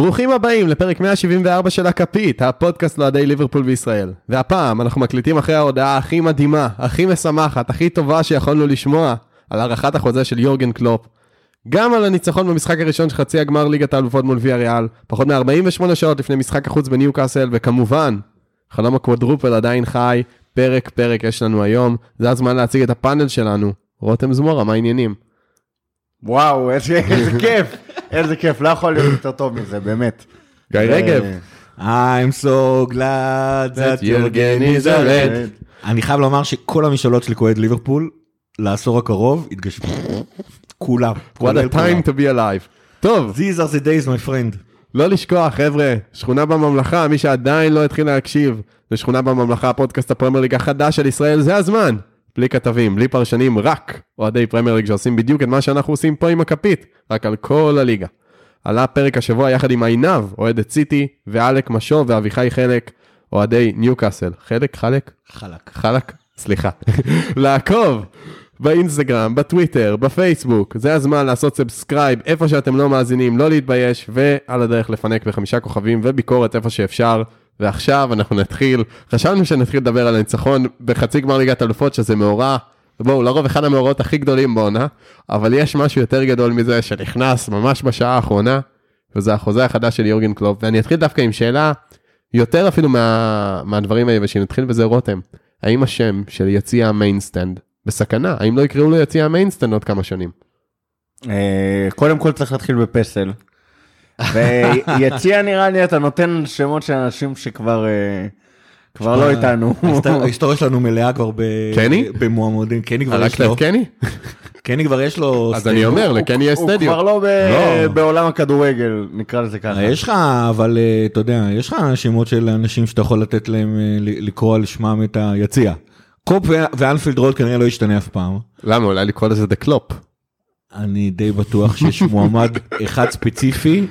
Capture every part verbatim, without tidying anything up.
ברוכים הבאים לפרק מאה שבעים וארבע של הכפית, הפודקאסט לאוהדי ליברפול בישראל. והפעם אנחנו מקליטים אחרי ההודעה הכי מדהימה, הכי משמחת, הכי טובה שיכולנו לשמוע על הארכת החוזה של יורגן קלופ. גם על הניצחון במשחק הראשון של חצי הגמר ליגת האלופות מול ויאריאל, פחות מ-ארבעים ושמונה שעות לפני משחק החוץ בניוקאסל, וכמובן, חלום הקוואדרופל עדיין חי, פרק פרק יש לנו היום. זה הזמן להציג את הפאנל שלנו. רותם זמורה, מה העניינים? וואו, איזה כיף, איזה כיף, לא יכול להיות יותר טוב מזה, באמת. גיא רגב. I'm so glad that Jürgen is a red. אני חייב לומר שכל המשאלות שלי כועד ליברפול, לעשור הקרוב, התגשמו. כולם. What a time to be alive. טוב. These are the days, my friend. לא לשכוח, חבר'ה, שכונה בממלכה, מי שעדיין לא התחיל להקשיב, לשכונה בממלכה, הפודקאסט הפרמייר ליג החדש של ישראל, זה הזמן. בלי כתבים, בלי פרשנים, רק אוהדי פרמייר ליג שעושים בדיוק את מה שאנחנו עושים פה עם הכפית, רק על כל הליגה. עלה פרק השבוע יחד עם עינב, אוהדת סיטי, ואלק משוב ואביחי חלק, אוהדי ניוקאסל. חלק, חלק? חלק. חלק, סליחה. לעקוב באינסטגרם, בטוויטר, בפייסבוק, זה הזמן לעשות סאבסקרייב, איפה שאתם לא מאזינים, לא להתבייש, ועל הדרך לפנק בחמישה כוכבים וביקורת איפה שאפשר. ועכשיו אנחנו נתחיל, חשבנו שנתחיל לדבר על הניצחון בחצי גמר ליגת האלופות, שזה מאורע, בואו, לרוב אחד המאורעות הכי גדולים בעונה, אבל יש משהו יותר גדול מזה שנכנס ממש בשעה האחרונה, וזה החוזה החדש של יורגן קלופ, ואני אתחיל דווקא עם שאלה, יותר אפילו מה, מהדברים היבשים, נתחיל בזה רותם, האם השם של יציע המיינסטנד בסכנה? האם לא יקראו לו יציע המיינסטנד עוד כמה שנים? קודם כל צריך להתחיל בפסל, ויציע נראה לי אתה נותן שמות של אנשים שכבר כבר לא איתנו. ההיסטוריה שלנו מלאה כבר במועמדים. קני כבר יש לו. קני? קני כבר יש לו. אז אני אומר, לקני יש סטדיו. הוא כבר לא בעולם הכדורגל, נקרא לזה ככה. יש לך, אבל אתה יודע, יש לך שמות של אנשים שאתה יכול לתת להם לקרוא על שמם את היציע. קופ ואנפילד רוד כנראה לא ישתנה אף פעם. למה? אולי לקרוא לזה דה קלופ. אני די בטוח שיש מועמד אחד ספציפי,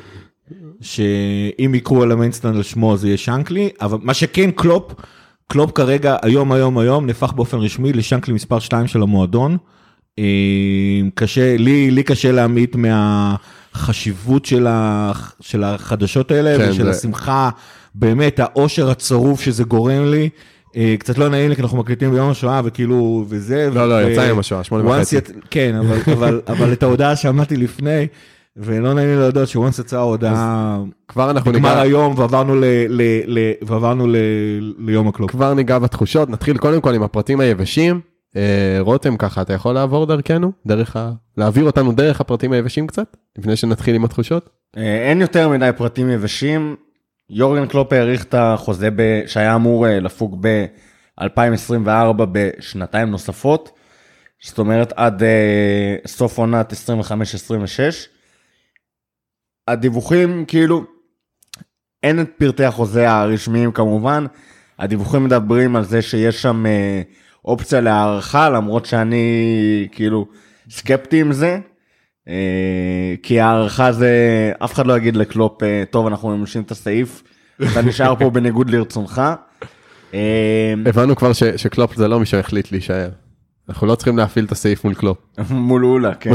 שאם יקרו על המיינסטנד על שמו זה יהיה שנקלי, אבל מה שכן קלופ, קלופ כרגע היום היום היום נפח באופן רשמי לשנקלי מספר שתיים של המועדון, קשה, לי, לי קשה להעמיד מהחשיבות של, ה, של החדשות האלה, כן, ושל זה... השמחה, באמת האושר הצרוף שזה גורם לי, קצת לא נעים לי, כי אנחנו מקליטים ביום השואה, וכאילו, וזה... לא, לא, יצא יום השואה, שמונה וחצי. כן, אבל את ההודעה שעמדתי לפני, ולא נעים לי להודות שוואנס יצאה ההודעה... כבר אנחנו נגמר היום, ועברנו ליום הקלופ. כבר ניגע בתחושות, נתחיל קודם כל עם הפרטים היבשים. רותם ככה, אתה יכול לעבור דרכנו? דרך ה... להעביר אותנו דרך הפרטים היבשים קצת? לפני שנתחיל עם התחושות? אין יותר מדי פרטים יבשים. יורגן קלופ העריך את החוזה שהיה אמור לפוג ב-אלפיים עשרים וארבע בשנתיים נוספות, זאת אומרת עד סוף עונת עשרים וחמש עשרים ושש. הדיווחים כאילו, אין את פרטי החוזה הרשמיים כמובן, הדיווחים מדברים על זה שיש שם אופציה להערכה, למרות שאני כאילו סקפטי עם זה, כי הערכה זה, אף אחד לא יגיד לקלופ, טוב אנחנו ממשים את הסעיף, אתה נשאר פה בניגוד לרצונך. הבנו כבר שקלופ זה לא מי שהחליט להישאר, אנחנו לא צריכים להפעיל את הסעיף מול קלופ. מול אולה, כן.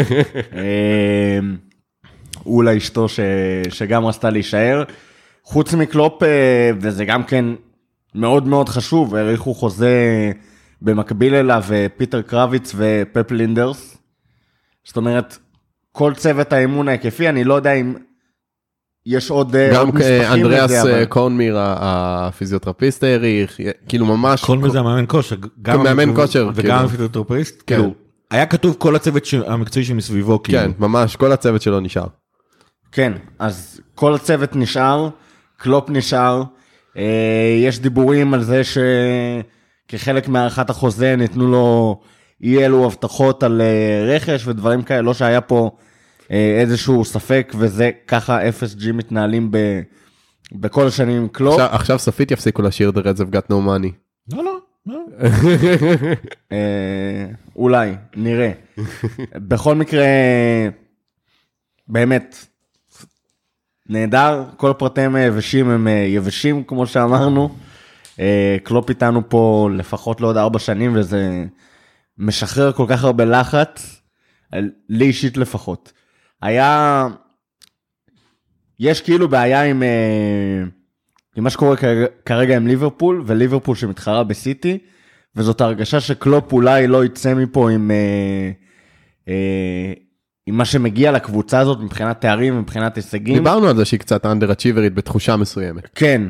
אולה אשתו שגם רצתה להישאר, חוץ מקלופ, וזה גם כן מאוד מאוד חשוב, העריכו חוזה במקביל אליו פיטר קרביץ ופפ לינדרס, זאת אומרת, כל צוות האימון ההיקפי, אני לא יודע אם יש עוד גם אנדריאס קורנמיר, הפיזיותרפיסט העריך, כאילו ממש... קורנמיר זה המאמן כושר. גם מאמן כושר. וגם הפיזיותרפיסט, כאילו, היה כתוב כל הצוות המקצועי שמסביבו, כאילו. כן, ממש, כל הצוות שלו נשאר. כן, אז כל הצוות נשאר, קלופ נשאר, יש דיבורים על זה שכחלק מהערכת החוזה ניתנו לו אי אלו הבטחות על רכש ודברים כאלה, לא שהיה פה איזשהו ספק, וזה ככה אף אס ג'י מתנהלים ב, בכל השנים עם קלופ. עכשיו, עכשיו סופית יפסיקו לשיר The Reds have got no money. לא, לא, לא. אולי, נראה. בכל מקרה, באמת, נהדר, כל הפרטים היבשים הם יבשים, כמו שאמרנו. קלופ איתנו פה לפחות לעוד ארבע שנים, וזה משחרר כל כך הרבה לחץ, לי אישית לפחות. היה, יש כאילו בעיה עם, עם מה שקורה כרגע עם ליברפול, וליברפול שמתחרה בסיטי, וזאת הרגשה שקלופ אולי לא יצא מפה עם, עם מה שמגיע לקבוצה הזאת, מבחינת תארים ומבחינת הישגים. דיברנו על זה שהיא קצת אנדר-אצ'יברית בתחושה מסוימת. כן,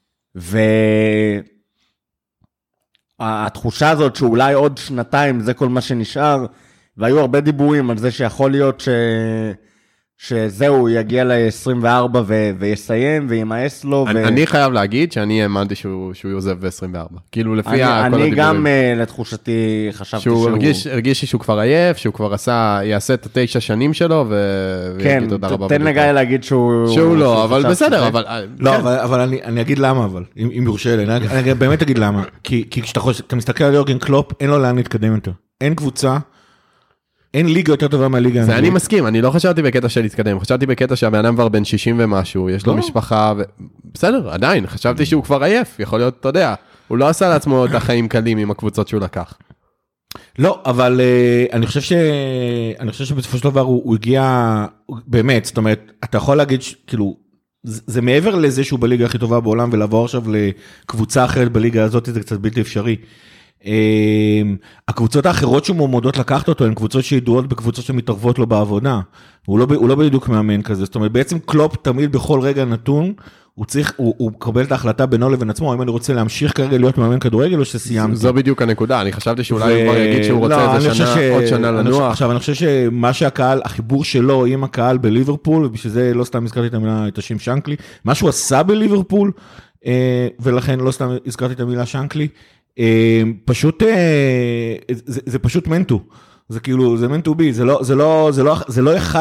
והתחושה הזאת שאולי עוד שנתיים זה כל מה שנשאר, והיו הרבה דיבורים על זה שיכול להיות ש... שזהו, יגיע ל-עשרים וארבע ו... ויסיים, וימאס לו. אני, ו... אני חייב להגיד שאני האמנתי שהוא, שהוא יוזב ב-עשרים וארבע. כאילו לפי אני, כל הדיבורים. אני גם uh, לתחושתי חשבתי שהוא... שהוא הרגיש, הרגיש שהוא כבר עייף, שהוא כבר עשה, יעשה את התשע שנים שלו, ו... כן, ויגיד תודה רבה. תן לגיא להגיד שהוא... שהוא לא, אבל בסדר, אבל... לא, אבל, אבל אני, אני אגיד למה, אבל, אם, אם יורשה לי, אני, אני באמת אגיד למה. כי, כי כשאתה חושב, אתה מסתכל על יורגן קלופ, אין לו לאן להתקדם יותר. אין קבוצה, אין ליגה יותר טובה מהליגה. זה אני מסכים, אני לא חשבתי בקטע של להתקדם, חשבתי בקטע שהבן אדם כבר בן שישים ומשהו, יש לו משפחה, בסדר, עדיין, חשבתי שהוא כבר עייף, יכול להיות, אתה יודע, הוא לא עשה לעצמו את החיים קלים עם הקבוצות שהוא לקח. לא, אבל אני חושב ש... אני חושב שבסופו של דבר הוא הגיע, באמת, זאת אומרת, אתה יכול להגיד, כאילו, זה מעבר לזה שהוא בליגה הכי טובה בעולם, ולעבור עכשיו לקבוצה אחרת בליגה הזאת, זה קצת בלתי אפשרי. הקבוצות האחרות שמועמדות לקחת אותו, הן קבוצות שידועות בקבוצות שמתערבות לו בעבודה. הוא לא, הוא לא בדיוק מאמן כזה. זאת אומרת, בעצם קלופ תמיד בכל רגע נתון, הוא צריך, הוא, הוא מקבל את ההחלטה בינו לבין עצמו, אם אני רוצה להמשיך כרגע להיות מאמן כדורגל או שסיימתי. זו בדיוק הנקודה, אני חשבתי שאולי הוא כבר יגיד שהוא רוצה איזה שנה, עוד שנה לנוח. עכשיו, אני חושב שמה שהקהל, החיבור שלו עם הקהל בליברפול, ובשביל זה לא סתם הזכרתי את המילה, את השם שנקלי, מה שהוא עשה בליברפול, ולכן לא סתם הזכרתי את המילה שנקלי, פשוט, זה, זה פשוט מנטו, זה כאילו, זה מנטו בי, זה לא, זה לא, זה לא, זה לא יכל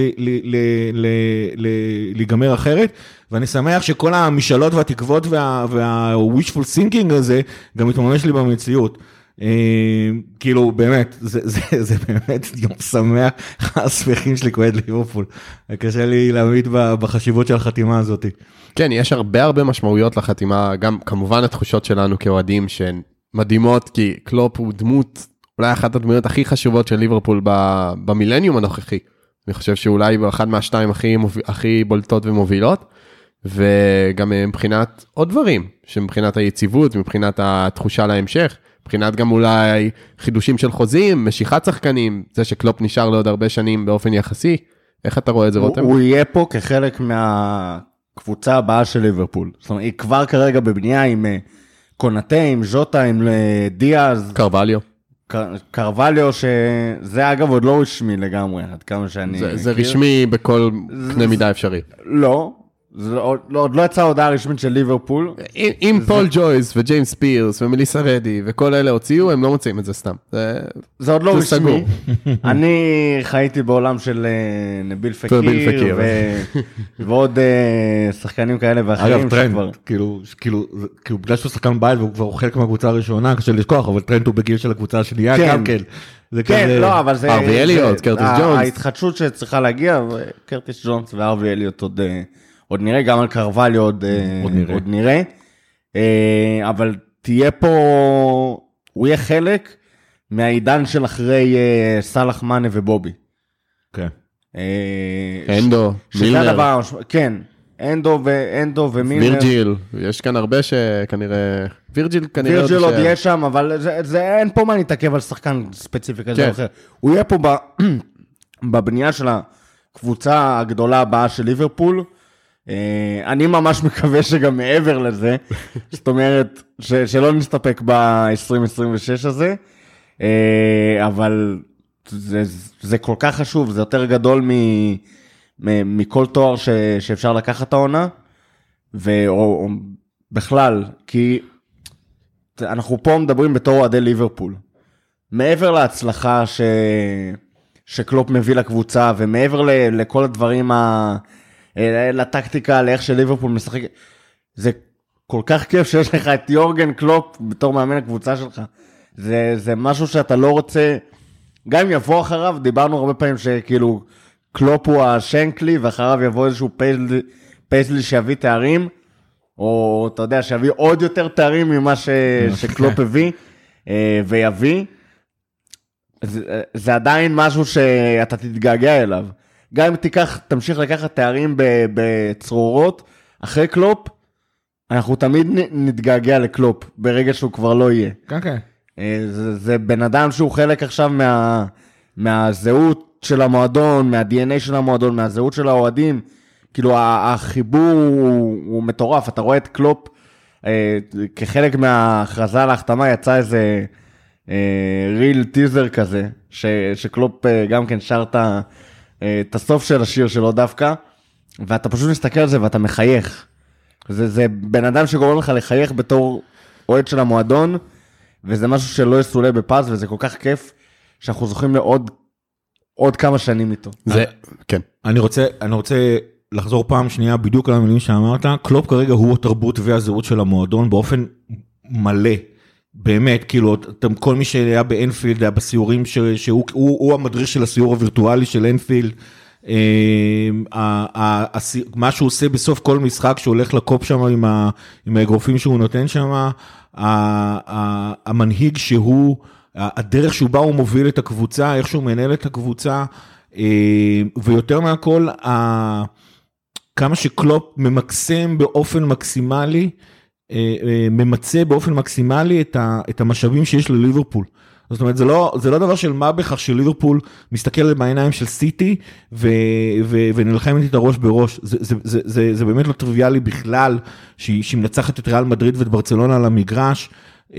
להיגמר אחרת, ואני שמח שכל המשאלות והתקוות וה-wishful thinking הזה, גם מתממש לי במציאות. כאילו, באמת, זה, זה, זה באמת יום שמח, הסמכים שלי כועד ליברפול. קשה לי להעמיד בחשיבות של החתימה הזאת. כן, יש הרבה הרבה משמעויות לחתימה, גם כמובן התחושות שלנו כאוהדים שהן מדהימות, כי קלופ הוא דמות, אולי אחת הדמויות הכי חשובות של ליברפול במילניום הנוכחי. אני חושב שאולי הוא אחד מהשתיים הכי, הכי בולטות ומובילות, וגם מבחינת עוד דברים, שמבחינת היציבות, מבחינת התחושה להמשך, מבחינת גם אולי חידושים של חוזים, משיכת שחקנים, זה שקלופ נשאר לעוד הרבה שנים באופן יחסי. איך אתה רואה את זה, רותם? הוא יהיה פה כחלק מהקבוצה הבאה של ליברפול. זאת אומרת, היא כבר כרגע בבנייה עם קונטה, עם ז'וטה, עם דיאז. קרווליו. קרווליו, שזה אגב עוד לא רשמי לגמרי, עד כמה שאני... זה, זה רשמי בכל קנה מידה אפשרי. לא. עוד לא, לא יצאה הודעה רשמית של ליברפול. אם פול ג'ויס וג'יימס פירס ומליסה רדי וכל אלה הוציאו, הם לא מוצאים את זה סתם. זה עוד לא רשמי. אני חייתי בעולם של נביל פקיר ועוד שחקנים כאלה ואחרים. אגב, טרנט, כאילו, בגלל שהוא שחקן בית והוא כבר חלק מהקבוצה הראשונה, קשה לשכוח, אבל טרנט הוא בגיל של הקבוצה השנייה, גם כן. כן, לא, אבל זה... ארווי אליוט, קרטיס ג'ונס. ההתחדשות שצריכה להגיע, קרטיס ג'ונס וארווי אליוט עוד... עוד נראה, גם על קרווליו עוד, עוד נראה. עוד נראה. אבל תהיה פה, הוא יהיה חלק מהעידן של אחרי סלח מנה ובובי. כן. אנדו, מילנר. כן, אנדו ואנדו ומילנר. וירג'יל, יש כאן הרבה שכנראה, וירג'יל כנראה... וירג'יל עוד יהיה שם, אבל זה, זה, אין פה מה להתעכב על שחקן ספציפי כזה או אחר. הוא יהיה פה ב, בבנייה של הקבוצה הגדולה הבאה של ליברפול, אני ממש מקווה שגם מעבר לזה, זאת אומרת, שלא נסתפק ב-עשרים עשרים ושש הזה, אבל זה, זה כל כך חשוב, זה יותר גדול מכל תואר שאפשר לקחת העונה, ובכלל, כי אנחנו פה מדברים בתור אוהדי ליברפול, מעבר להצלחה ש... שקלופ מביא לקבוצה, ומעבר לכל הדברים ה... לטקטיקה, לאיך שליברפול משחק, זה כל כך כיף שיש לך את יורגן קלופ בתור מאמן הקבוצה שלך. זה, זה משהו שאתה לא רוצה, גם אם יבוא אחריו, דיברנו הרבה פעמים שכאילו קלופ הוא השנקלי, ואחריו יבוא איזשהו פייסלי, פייסלי שיביא תארים, או אתה יודע, שיביא עוד יותר תארים ממה ש, שקלופ הביא, ויביא. זה, זה עדיין משהו שאתה תתגעגע אליו. גם אם תיקח, תמשיך לקחת תארים בצרורות, אחרי קלופ, אנחנו תמיד נתגעגע לקלופ, ברגע שהוא כבר לא יהיה. כן, כן. זה, זה בן אדם שהוא חלק עכשיו מה, מהזהות של המועדון, מה-די אן איי של המועדון, מהזהות של האוהדים, כאילו החיבור הוא, הוא מטורף, אתה רואה את קלופ, אה, כחלק מההכרזה להחתמה יצא איזה ריל טיזר כזה, ש, שקלופ אה, גם כן שר את, אה, את הסוף של השיר שלו דווקא, ואתה פשוט מסתכל על זה ואתה מחייך. זה, זה בן אדם שגורם לך לחייך בתור אוהד של המועדון, וזה משהו שלא יסולה בפז, וזה כל כך כיף, שאנחנו זוכים לעוד עוד כמה שנים איתו. זה, כן. אני רוצה, אני רוצה לחזור פעם שנייה בדיוק על המילים שאמרת, קלופ כרגע הוא התרבות והזהות של המועדון באופן מלא, באמת, כאילו, כל מי שהיה באנפילד, היה בסיורים, שהוא הוא, הוא המדריך של הסיור הווירטואלי של אנפילד, מה שהוא עושה בסוף כל משחק, שהוא הולך לקופ שם עם, ה, עם האגרופים שהוא נותן שם, המנהיג שהוא, הדרך שהוא בא הוא מוביל את הקבוצה, איך שהוא מנהל את הקבוצה, ויותר מהכל, כמה שקלופ ממקסם באופן מקסימלי, ממצא באופן מקסימלי את המשאבים שיש לליברפול. זאת אומרת, זה לא, זה לא דבר של מה בכך שליברפול מסתכל בעיניים של סיטי ונלחמת את הראש בראש. זה, זה, זה, זה, זה באמת לא טריוויאלי בכלל שהיא, שהיא מנצחת את ריאל מדריד ואת ברצלונה על המגרש,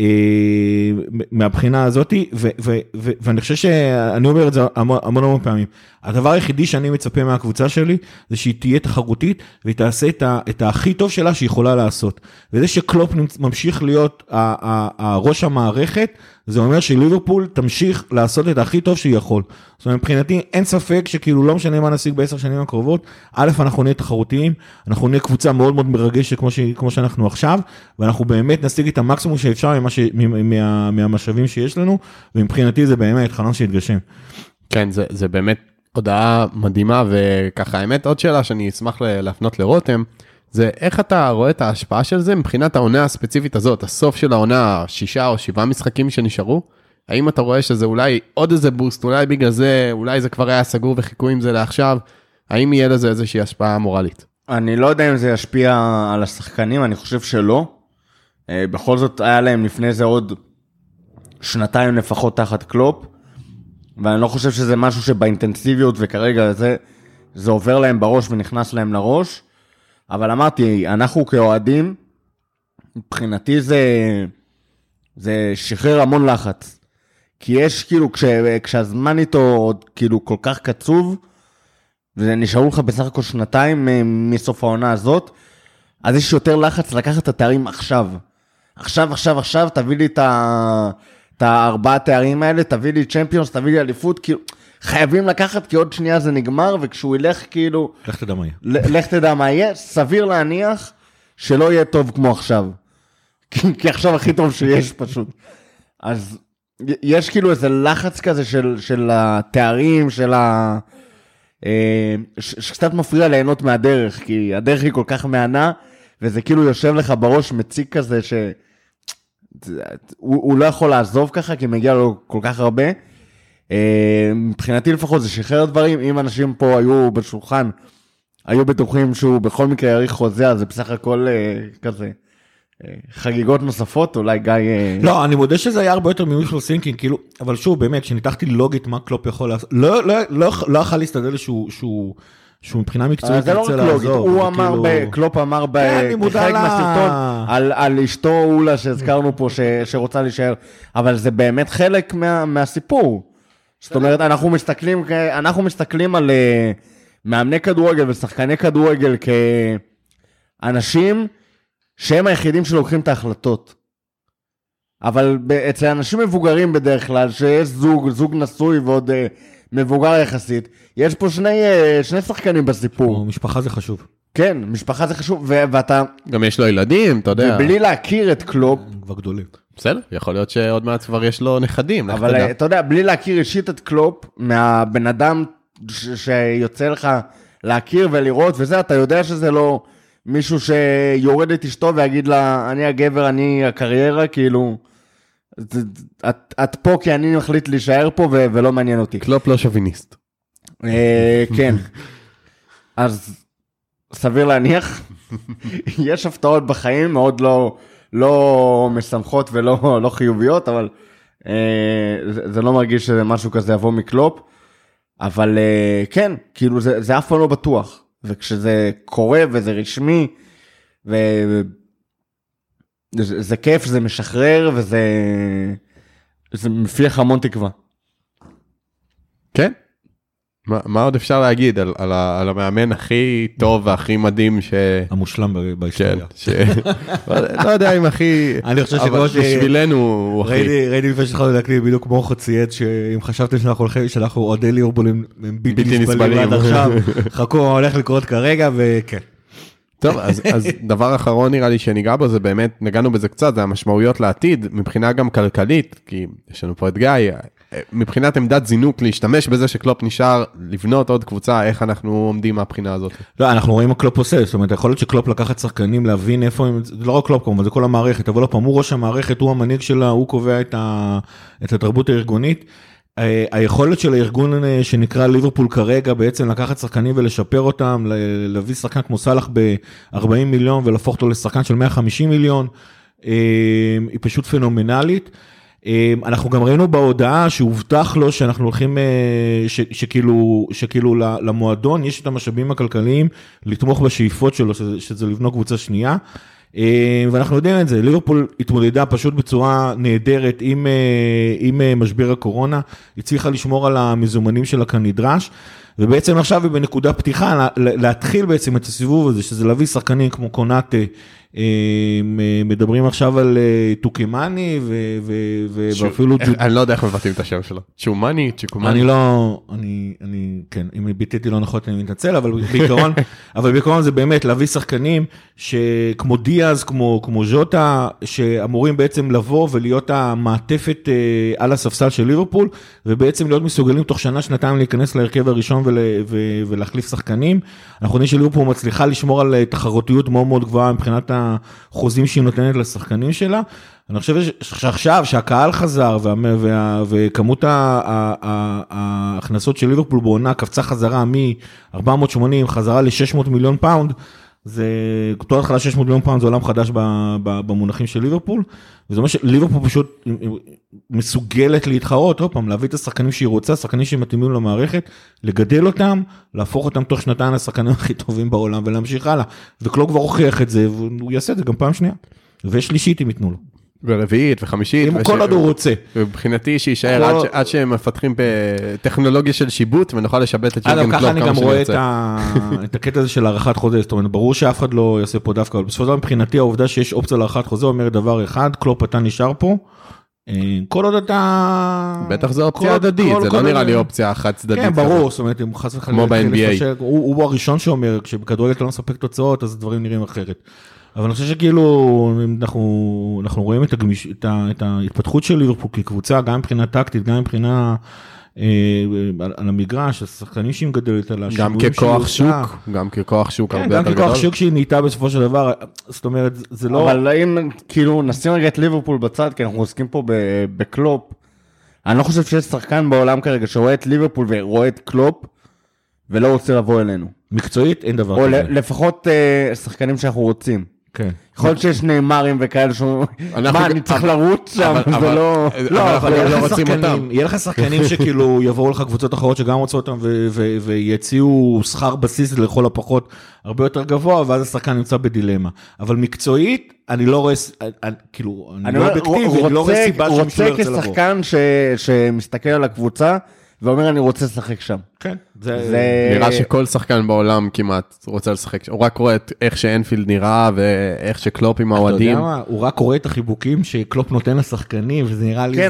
מהבחינה הזאת, ו, ו, ו, ואני חושב שאני אומר את זה המון המון, המון פעמים. הדבר היחידי שאני מצפה מהקבוצה שלי, זה שהיא תהיה תחרותית, והיא תעשה את, ה, את הכי טוב שלה שהיא יכולה לעשות. וזה שקלופ ממשיך להיות הראש המערכת, זה אומר שליברפול תמשיך לעשות את הכי טוב שהיא יכול. זאת אומרת, מבחינתי אין ספק שכאילו לא משנה מה נשיג בעשר שנים הקרובות, א', אנחנו נהיה תחרותיים, אנחנו נהיה קבוצה מאוד מאוד מרגשת כמו, ש, כמו שאנחנו עכשיו, ואנחנו באמת נשיג את המקסימום שאפשר מה, מה, מהמשאבים שיש לנו, ומבחינתי זה באמת חלום שיתגשם. כן, זה, זה באמת הודעה מדהימה, וככה האמת עוד שאלה שאני אשמח להפנות לרותם, זה איך אתה רואה את ההשפעה של זה מבחינת העונה הספציפית הזאת, הסוף של העונה, שישה או שבעה משחקים שנשארו, האם אתה רואה שזה אולי עוד איזה בוסט, אולי בגלל זה, אולי זה כבר היה סגור וחיכו עם זה לעכשיו, האם יהיה לזה איזושהי השפעה מורלית? אני לא יודע אם זה ישפיע על השחקנים, אני חושב שלא. בכל זאת היה להם לפני זה עוד שנתיים לפחות תחת קלופ, ואני לא חושב שזה משהו שבאינטנסיביות וכרגע זה, זה עובר להם בראש ונכנס להם לראש, אבל אמרתי, אנחנו כאוהדים, מבחינתי זה, זה שחרר המון לחץ. כי יש כאילו, כש, כשהזמן איתו עוד כאילו כל כך קצוב, וזה נשארו לך בסך הכל שנתיים מסוף העונה הזאת, אז יש יותר לחץ לקחת את התארים עכשיו. עכשיו, עכשיו, עכשיו, תביא לי את, ה, את הארבעה תארים האלה, תביא לי צ'מפיונס, תביא לי אליפות, כאילו, חייבים לקחת, כי עוד שנייה זה נגמר, וכשהוא ילך כאילו... לך תדע מה יהיה. לך תדע מה יהיה, סביר להניח שלא יהיה טוב כמו עכשיו. כי, כי עכשיו הכי טוב שיש פשוט. אז יש כאילו איזה לחץ כזה של, של התארים, של ה... שקצת מפריע ליהנות מהדרך, כי הדרך היא כל כך מענה, וזה כאילו יושב לך בראש מציג כזה, ש... הוא, הוא לא יכול לעזוב ככה, כי מגיע לו כל כך הרבה. מבחינתי לפחות זה שחרר דברים, אם אנשים פה היו בשולחן, היו בטוחים שהוא בכל מקרה יריך חוזה, אז זה בסך הכל כזה חגיגות נוספות, אולי גיא... לא, אני מודה שזה היה הרבה יותר מיושל סינקינג, כאילו, אבל שוב, באמת, כשניתחתי לוגית מה קלופ יכול לעשות, לא, לא, לא, לא יכול להסתדר שהוא, שהוא, שהוא מבחינה מקצועית זה לא רק לוגית, הוא אמר, קלופ אמר בחלק מהסרטון, על אשתו אולה שהזכרנו פה, שרוצה להישאר, אבל זה באמת חלק מהסיפור. זאת אומרת, אנחנו מסתכלים, אנחנו מסתכלים על מאמני כדורגל ושחקני כדורגל כאנשים שהם היחידים שלוקחים את ההחלטות. אבל אצל אנשים מבוגרים בדרך כלל, שיש זוג, זוג נשוי ועוד מבוגר יחסית, יש פה שני, שני שחקנים בסיפור. משפחה זה חשוב. כן, משפחה זה חשוב, ואתה... גם יש לו ילדים, אתה יודע. ובלי להכיר את קלופ... כבר גדולים. בסדר, יכול להיות שעוד מעט כבר יש לו נכדים. אבל אתה יודע, בלי להכיר אישית את קלופ, מהבן אדם שיוצא לך להכיר ולראות, וזה, אתה יודע שזה לא מישהו שיורד את אשתו ויגיד לה, אני הגבר, אני הקריירה, כאילו, את, את פה כי אני מחליט להישאר פה ולא מעניין אותי. קלופ לא שוביניסט. כן. אז סביר להניח, יש הפתעות בחיים מאוד לא, לא משמחות ולא לא חיוביות, אבל זה, זה לא מרגיש שזה משהו כזה יבוא מקלופ, אבל כן, כאילו זה, זה אף פעם לא בטוח, וכשזה קורה וזה רשמי, וזה זה כיף, זה משחרר, וזה זה מפיח המון תקווה. כן. מה, מה עוד אפשר להגיד על, על, על המאמן הכי טוב והכי מדהים ש... המושלם בהיסטוריה. כן, ש... לא יודע אם הכי... אני חושב אבל ש... בשבילנו הוא הכי... ראיתי, ראיתי לפני שלך לדקלי בדיוק כמו חציית, שאם חשבתם שאנחנו הולכים, שאנחנו אוהדי ליברפול הם בלתי נסבלים עד עכשיו, חכו, הולך לקרות כרגע, וכן. טוב, אז, אז דבר אחרון נראה לי שניגע בו, זה באמת, נגענו בזה קצת, זה המשמעויות לעתיד, מבחינה גם כלכלית, כי יש לנו פה את גיא, מבחינת עמדת זינוק, להשתמש בזה שקלופ נשאר, לבנות עוד קבוצה, איך אנחנו עומדים מהבחינה הזאת. לא, אנחנו רואים מה קלופ עושה, זאת אומרת, יכול להיות שקלופ לקחת שחקנים, להבין איפה הם, זה לא רק קלופ כמובן, זה כל המערכת, אבל לא פעם, הוא ראש המערכת, הוא המנהיג שלה, הוא קובע את, ה, את התרבות הארגונית, היכולת של הארגון שנקרא ליברפול כרגע, בעצם לקחת שחקנים ולשפר אותם, להביא שחקן כמו סלח ב-ארבעים מיליון, ולהפוך אותו לשחקן של מאה וחמישים מיליון, היא פשוט פנומנלית. אנחנו גם ראינו בהודעה שהובטח לו שאנחנו הולכים, ש, שכאילו, שכאילו למועדון יש את המשאבים הכלכליים לתמוך בשאיפות שלו, שזה, שזה לבנות קבוצה שנייה, ואנחנו יודעים את זה, ליברפול התמודדה פשוט בצורה נהדרת עם, עם משבר הקורונה, הצליחה לשמור על המזומנים שלה כנדרש, ובעצם עכשיו היא בנקודה פתיחה, להתחיל בעצם את הסיבוב הזה, שזה להביא שחקנים כמו קונאטה, מדברים עכשיו על טוקמני, ואפילו... אני לא יודע איך מבטאים את השם שלו. צ'ומני, צ'יקומני. אני לא, אני, אני, כן, אם ביטאתי לא נכון, אני מתנצל, אבל בעיקרון, אבל בעיקרון זה באמת להביא שחקנים שכמו דיאז, כמו, כמו ז'וטה, שאמורים בעצם לבוא ולהיות המעטפת על הספסל של ליברפול, ובעצם להיות מסוגלים תוך שנה, שנתיים להיכנס להרכב הראשון ולהחליף שחקנים. אנחנו יודעים שליברפול מצליחה לשמור על תחרותיות מאוד מאוד גבוהה מבחינת החוזים שהיא נותנת לשחקנים שלה. אני חושב שעכשיו שהקהל חזר וכמות ההכנסות של ליברפול בעונה קפצה חזרה מ-ארבע מאות ושמונים חזרה ל-שש מאות מיליון פאונד, זה אותו התחלה שש מאות מיליון פאונד, זה עולם חדש במונחים של ליברפול, וזה אומר שליברפול פשוט מסוגלת להתחרות, עוד פעם, להביא את השחקנים שהיא רוצה, שחקנים שמתאימים למערכת, לגדל אותם, להפוך אותם תוך שנתיים לשחקנים הכי טובים בעולם, ולהמשיך הלאה, וקלופ כבר הוכיח את זה, והוא יעשה את זה גם פעם שנייה, ושלישית אם ייתנו לו. ורביעית וחמישית. אם כל עוד הוא רוצה. ובחינתי שישאר עד שהם מפתחים בטכנולוגיה של שיבוט, ונוכל לשבת את יורגן קלופ כמה שאני גם רואה את הקטע הזה של הערכת חוזה, זאת אומרת, ברור שאף אחד לא יעשה פה דווקא, אבל בסופו של דבר מבחינתי העובדה שיש אופציה לערכת חוזה, אומרת דבר אחד, קלופ אתה נשאר פה, כל עוד אתה... בטח זו אופציה הדדית, זה לא נראה לי אופציה חד צדדית. כן, ברור, זאת אומרת, אם חס וחלילה... כמו ב-אן בי איי. הוא הראשון שאומר, כשבכדורגל אתה לא מספק תוצאות, אז דברים נראים אחרת. אבל אני חושב שכאילו, אנחנו, אנחנו רואים את, הגמיש, את, ה, את ההתפתחות של ליברפול כקבוצה, גם מבחינה טקטית, גם מבחינה אה, על, על המגרש, השחקנים שהיא מגדלת על גם ככוח שוק, גם ככוח שוק כן, גם ככוח שוק שהיא נהייתה בסופו של דבר, זאת אומרת, זה לא... אבל אם כאילו נשים רגע את ליברפול בצד, כי אנחנו עוסקים פה בקלופ, אני לא חושב שיש שחקן בעולם כרגע שרואה את ליברפול ורואה את קלופ, ולא רוצה לבוא אלינו. מקצועית אין דבר כזה. או לפחות אה, שחקנים שאנחנו רוצים. כן. יכול להיות שיש נאמרים וכאלה שהוא... מה, אני צריך לרוץ שם, זה לא... לא, אבל יהיה לך שחקנים שכאילו יבואו לך קבוצות אחרות שגם רוצות אותם ויציעו שכר בסיס לכל הפחות הרבה יותר גבוה, ואז השחקן נמצא בדילמה. אבל מקצועית, אני לא רואה... כאילו, אני לא אובייקטיבי, אני לא רואה סיבה שמישהו לא ירצה לבוא. רוצה כשחקן שמסתכל על הקבוצה, ואומר אני רוצה לשחק שם. כן. נראה שכל שחקן בעולם כמעט רוצה לשחק, הוא רק רואה איך שאנפילד נראה, ואיך שקלופ עם האוהדים. הוא רק רואה את החיבוקים שקלופ נותן לשחקנים, וזה נראה לי,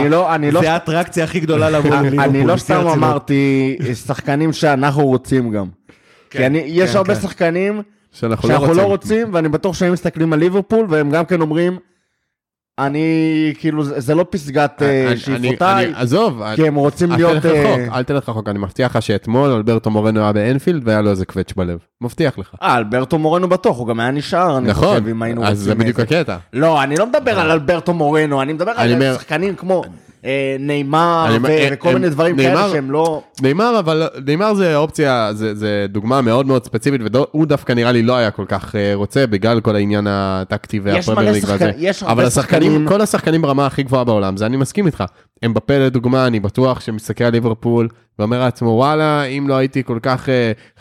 זה האטרקציה הכי גדולה לבוא לליברפול. אני לא סתם אמרתי שחקנים שאנחנו רוצים גם. כי יש הרבה שחקנים שאנחנו לא רוצים, ואני בטוח שהם מסתכלים על ליברפול, והם גם כן אומרים, אני, כאילו, זה לא פסגת שאיפותיי, עזוב, כי הם רוצים להיות... אל תלך רחוק, אני מבטיח לך שאתמול אלברטו מורנו היה באנפילד, והיה לו איזה קווץ' בלב. מבטיח לך. אה, אלברטו מורנו בטוח, הוא גם היה נשאר, אני חושב, אם היינו רוצים... אז זה בדיוק הקטע. לא, אני לא מדבר על אלברטו מורנו, אני מדבר על שחקנים כמו נאמר וכל מיני דברים כאלה שהם לא... נאמר, אבל נאמר זה אופציה, זה דוגמה מאוד מאוד ספציפית, והוא דווקא נראה לי לא היה כל כך רוצה, בגלל כל העניין הטקטי והפרמייר ליג והזה. אבל השחקנים, כל השחקנים ברמה הכי גבוהה בעולם, זה אני מסכים איתך. הם בפה לדוגמה, אני בטוח שמסתכל על ליברפול, ואומר לעצמו, וואלה, אם לא הייתי כל כך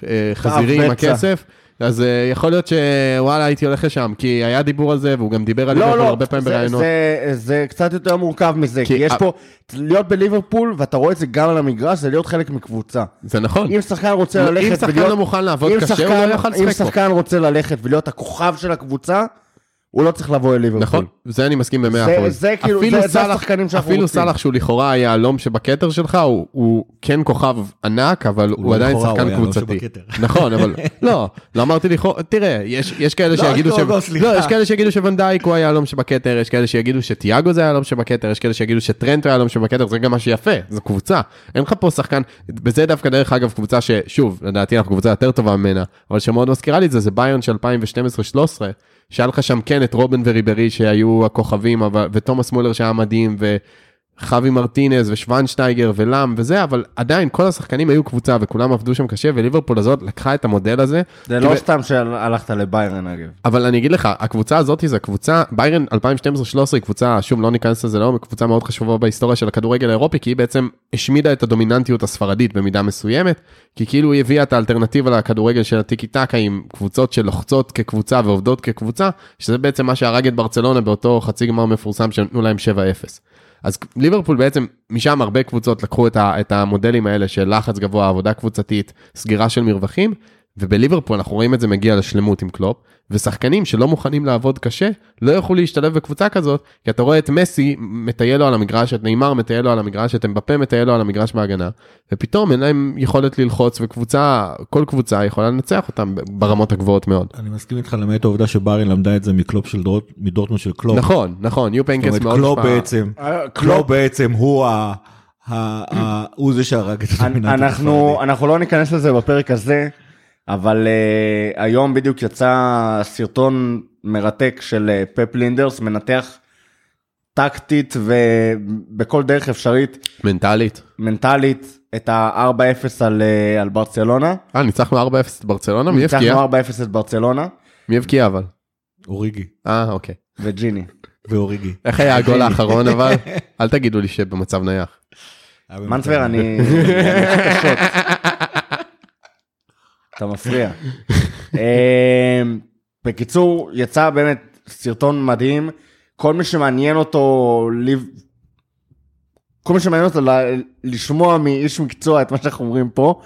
חזירי עם הכסף, אז יכול להיות שוואלה הייתי הולך לשם, כי היה דיבור על זה, והוא גם דיבר על ליברפול הרבה פעמים ברעיונות. זה קצת יותר מורכב מזה, כי יש פה, להיות בליברפול, ואתה רואה את זה גם על המגרש, זה להיות חלק מקבוצה. זה נכון. אם שחקן רוצה ללכת, אם שחקן לא מוכן לעבוד קשה, הוא לא יכול לשחק פה. אם שחקן רוצה ללכת ולהיות הכוכב של הקבוצה, הוא לא צריך לבוא אל ליברפול. נכון, זה אני מסכים ב-מאה אחוז. זה כאילו, זה השחקנים שאנחנו רוצים. אפילו סלח שהוא לכאורה היה הלום שבכתר שלך, הוא כן כוכב ענק, אבל הוא עדיין שחקן קבוצתי. נכון, אבל לא, לא אמרתי לכאורה, תראה, יש כאלה שיגידו לא, יש כאלה שיגידו שוונדייק הוא היה הלום שבכתר, יש כאלה שיגידו שתיאגו זה היה הלום שבכתר, יש כאלה שיגידו שטרנט היה הלום שבכתר, זה גם מה שיפה, זו קבוצה. אין לך פה שחקן, בזה דווקא דרך אגב קבוצה ששוב, לדעתי אנחנו קבוצה יותר טובה ממנה, אבל שמאוד מזכירה לי את זה, זה ביירן של אלפיים ושתים עשרה שלוש עשרה, שהיה לך שם כן את רובן וריברי שהיו הכוכבים, ותומאס מולר שהיה מדהים, וחווי מרטינז ושוונשטייגר ולם וזה, אבל עדיין כל השחקנים היו קבוצה, וכולם עבדו שם קשה, וליברפול הזאת לקחה את המודל הזה. זה לא סתם שהלכת לביירן אגב. אבל אני אגיד לך, הקבוצה הזאת זה קבוצה, ביירן אלפיים ושתים עשרה שלוש עשרה היא קבוצה, שוב לא ניכנס לזה, לא, קבוצה מאוד חשובה בהיסטוריה של הכדורגל האירופי, כי היא בעצם השמידה את הדומיננטיות הספרדית במידה מסוימת, כי כאילו היא הביאה את האלטרנטיבה לכדורגל של הטיקי טקה עם קבוצות שלוחצות כקבוצה ועובדות כקבוצה, שזה בעצם מה שהרג את ברצלונה באותו חצי גמר מפורסם שנתנו להם שבע אפס. אז ליברפול בעצם, משם הרבה קבוצות לקחו את, ה, את המודלים האלה של לחץ גבוה, עבודה קבוצתית, סגירה של מרווחים, ובליברפול אנחנו רואים את זה מגיע לשלמות עם קלופ, ושחקנים שלא מוכנים לעבוד קשה, לא יוכלו להשתלב בקבוצה כזאת, כי אתה רואה את מסי מטייל לו על המגרש, את ניימר מטייל לו על המגרש, את אמבפה מטייל לו על המגרש בהגנה, ופתאום אין להם יכולת ללחוץ, וקבוצה, כל קבוצה יכולה לנצח אותם ברמות הגבוהות מאוד. אני מסכים איתך למעט העובדה שבארן למדה את זה מקלופ של דורט, מדורטמונד של קלופ. נכון, נכון, יו פנקס מאוד קלופ בעצם, קלופ בעצם הוא ה... הוא זה שהרג את הדומיננטיות. אנחנו אנחנו לא ניכנס לזה בפרק הזה, אבל uh, היום בדיוק יצא סרטון מרתק של uh, פפ לינדרס, מנתח טקטית ובכל דרך אפשרית. מנטלית. מנטלית, את ה-ארבע אפס על, uh, על ברצלונה. אה, ניצחנו ארבע אפס את ברצלונה? מי הבקיע? ניצחנו ארבע אפס את ברצלונה. מי הבקיע אבל? אוריגי. אה, אוקיי. וג'יני. ואוריגי. איך היה הגול האחרון אבל? אל תגידו לי שבמצב נייח. מנצבר, אני... קשות. אתה מפריע. בקיצור, יצא באמת סרטון מדהים, כל מי שמעניין אותו, כל מי שמעניין אותו לשמוע מאיש מקצוע את מה שאנחנו אומרים פה,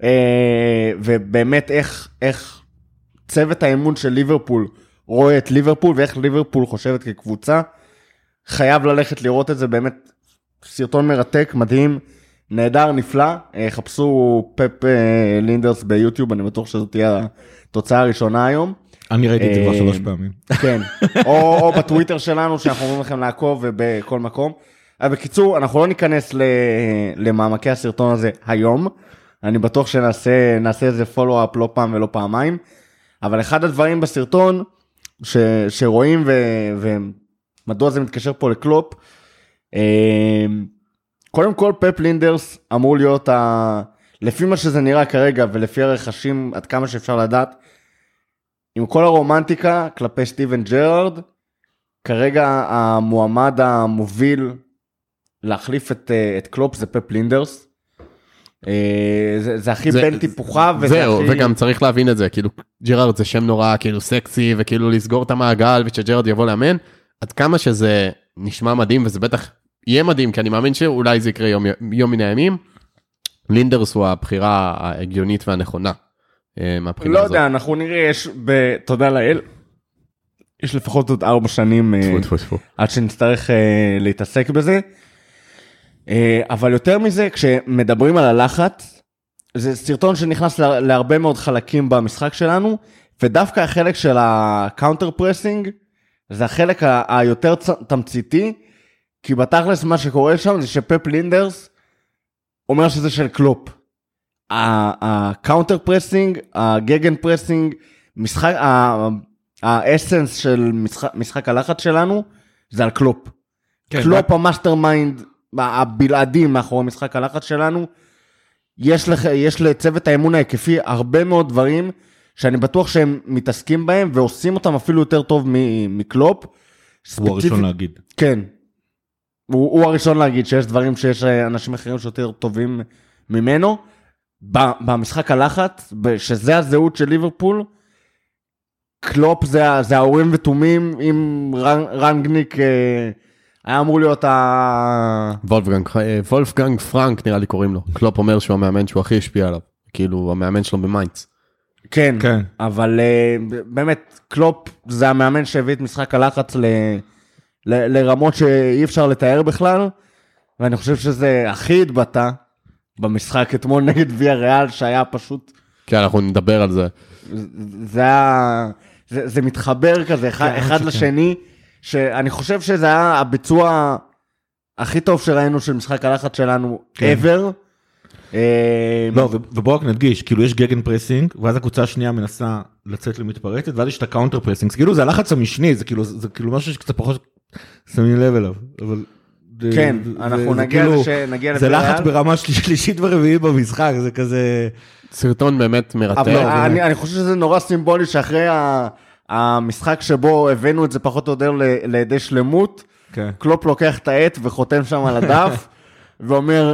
ובאמת איך, איך צוות האמון של ליברפול רואה את ליברפול, ואיך ליברפול חושבת כקבוצה, חייב ללכת לראות את זה, באמת סרטון מרתק, מדהים, נהדר, נפלא, חפשו פפ לינדרס ביוטיוב, אני בטוח שזאת תהיה התוצאה הראשונה היום. אני ראיתי את זה כבר שלוש פעמים. כן, או, או בטוויטר שלנו, שאנחנו אומרים לכם לעקוב ובכל מקום. אבל בקיצור, אנחנו לא ניכנס למעמקי הסרטון הזה היום, אני בטוח שנעשה נעשה איזה פולו-אפ לא פעם ולא פעמיים, אבל אחד הדברים בסרטון, ש, שרואים ו, ומדוע זה מתקשר פה לקלופ, קודם כל פפ לינדרס אמור להיות, ה... לפי מה שזה נראה כרגע, ולפי הרכשים עד כמה שאפשר לדעת, עם כל הרומנטיקה כלפי סטיבן ג'רארד, כרגע המועמד המוביל להחליף את, את קלופ זה פפ לינדרס. זה, זה הכי זה, בן טיפוחה, וזה זהו, הכי... וגם צריך להבין את זה, כאילו ג'רארד זה שם נורא, כאילו סקסי, וכאילו לסגור את המעגל, ושג'רארד יבוא לאמן, עד כמה שזה נשמע מדהים, וזה בטח יהיה מדהים, כי אני מאמין שאולי זה יקרה יום, יום מן הימים, לינדרס הוא הבחירה ההגיונית והנכונה. לא יודע, אנחנו נראה, יש, תודה לאל, יש לפחות עוד ארבע שנים עד שנצטרך להתעסק בזה, אבל יותר מזה, כשמדברים על הלחץ, זה סרטון שנכנס להרבה מאוד חלקים במשחק שלנו, ודווקא החלק של הקאונטר פרסינג, זה החלק היותר תמציתי, כי בתכלס מה שקורה שם זה שפפ לינדרס אומר שזה של קלופ. הקאונטר פרסינג, הגגן פרסינג, משחק, האסנס של משחק, משחק הלחץ שלנו, זה על קלופ. כן, קלופ המאסטר מיינד הבלעדים מאחורי משחק הלחץ שלנו, יש, לח, יש לצוות האמון ההיקפי הרבה מאוד דברים, שאני בטוח שהם מתעסקים בהם, ועושים אותם אפילו יותר טוב מקלופ. הוא הראשון להגיד. כן. הוא, הוא הראשון להגיד שיש דברים שיש אנשים אחרים שיותר טובים ממנו. במשחק הלחץ, שזה הזהות של ליברפול, קלופ זה, זה האורים ותומים, עם רנגניק היה אמור להיות ה... וולפגנג, וולפגנג פרנק נראה לי קוראים לו. קלופ אומר שהוא המאמן שהוא הכי השפיע עליו. כאילו המאמן שלו במיינץ. כן, כן. אבל באמת קלופ זה המאמן שהביא את משחק הלחץ ל, ל, לרמות שאי אפשר לתאר בכלל, ואני חושב שזה הכי התבטא במשחק אתמול נגד ויה ריאל, שהיה פשוט... כן, אנחנו נדבר על זה. זה היה... זה, זה מתחבר כזה, אחד, אחד לשני, שאני חושב שזה היה הביצוע הכי טוב שראינו של משחק הלחץ שלנו ever. לא, ובואו רק נדגיש, כאילו יש גגן פרסינג, ואז הקבוצה השנייה מנסה לצאת למתפרצת, ואז יש את הקאונטר פרסינג, כאילו זה הלחץ המשני, זה כאילו, זה כאילו משהו שקצת פחות שמים לב אליו, אבל... כן, אנחנו נגיע לזה, זה לחץ ברמה שלישית ורביעית במשחק, זה כזה... סרטון באמת מרתק. אני חושב שזה נורא סימבולי, שאחרי המשחק שבו הבאנו את זה פחות או יותר לידי שלמות, קלופ לוקח את העט וחותם שם על הדף, ואומר...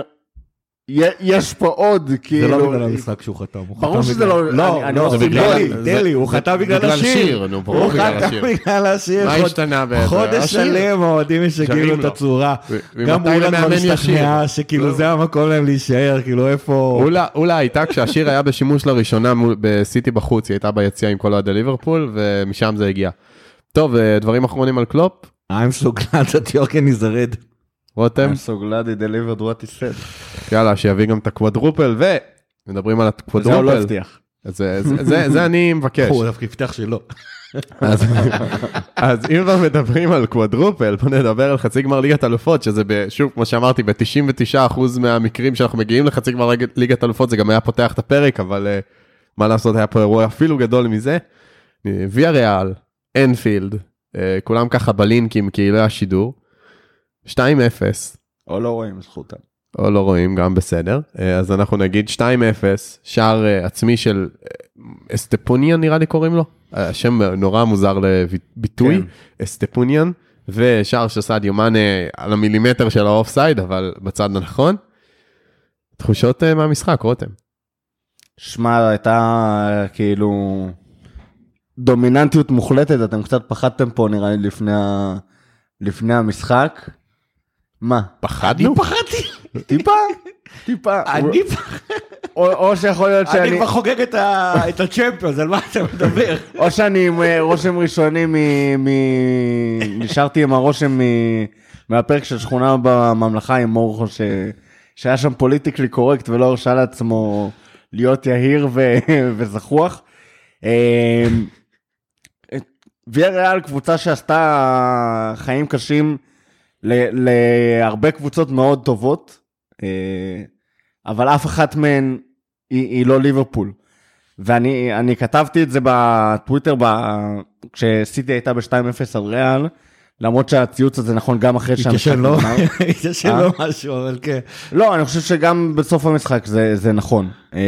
יש פה עוד, כאילו... זה לא בגלל המשחק שהוא חתם. ברור שזה לא... לא, זה בגלל... דלי, הוא חתם בגלל השיר. הוא חתם בגלל השיר. מה השתנה בעצם? חודש שלם, האוהדים משגעים לו את הצורה. גם מולן כבר השתכנעה, שכאילו זה המקום להם להישאר, כאילו איפה... אולי הייתה כשהשיר היה בשימוש לראשונה בסיטי בחוץ, היא הייתה ביציאה עם כל אוהדי ליברפול, ומשם זה הגיע. טוב, דברים אחרונים על קלופ? I'm so glad that Jürgen is red. רותם? I'm so glad he delivered what he said. יאללה, שיביא גם את הקוואדרופל, ומדברים על הקוואדרופל. זה הוא לא הבטיח. זה אני מבקש. הוא דווקא הבטיח שלא. אז אם כבר מדברים על קוואדרופל, בוא נדבר על חצי גמר ליגת אלופות, שזה שוב, כמו שאמרתי, ב-תשעים ותשעה אחוז מהמקרים שאנחנו מגיעים לחצי גמר ליגת אלופות, זה גם היה פותח את הפרק, אבל מה לעשות, היה פה אירוע אפילו גדול מזה. ויה ריאל, אנפילד, כולם ככה בלינקים, כאילו השידור. שתיים אפס. או לא רואים זכותם. או לא רואים, גם בסדר. אז אנחנו נגיד שתיים אפס, שער עצמי של אסטפוניאן נראה לי קוראים לו. השם נורא מוזר לביטוי, כן. אסטפוניאן, ושער של סעדיו מאנה על המילימטר של האופסייד, אבל בצד הנכון. תחושות מהמשחק, רותם. שמע, הייתה כאילו דומיננטיות מוחלטת, אתם קצת פחדתם פה נראה לי לפני, ה... לפני המשחק. מה? פחדנו? אני פחדתי. טיפה, טיפה. אני פחדתי. או שיכול להיות שאני... אני כבר חוגג את הצ'מפיונס, על מה אתה מדבר? או שאני עם רושם ראשוני, נשארתי עם הרושם מהפרק של שכונה בממלכה עם מורכו, שהיה שם פוליטיקלי קורקט, ולא הרשה לעצמו להיות יהיר וזחוח. ויה ריאל, קבוצה שעשתה חיים קשים, להרבה קבוצות מאוד טובות, אבל אף אחת מהן היא, היא לא ליברפול. ואני אני כתבתי את זה בטוויטר, כשסיטי הייתה ב-שתיים אפס על ריאל, למרות שהציוץ הזה נכון גם אחרי שהמשחק נגמר. התיישן לו משהו, אבל כן. לא, אני חושב שגם בסוף המשחק זה, זה נכון.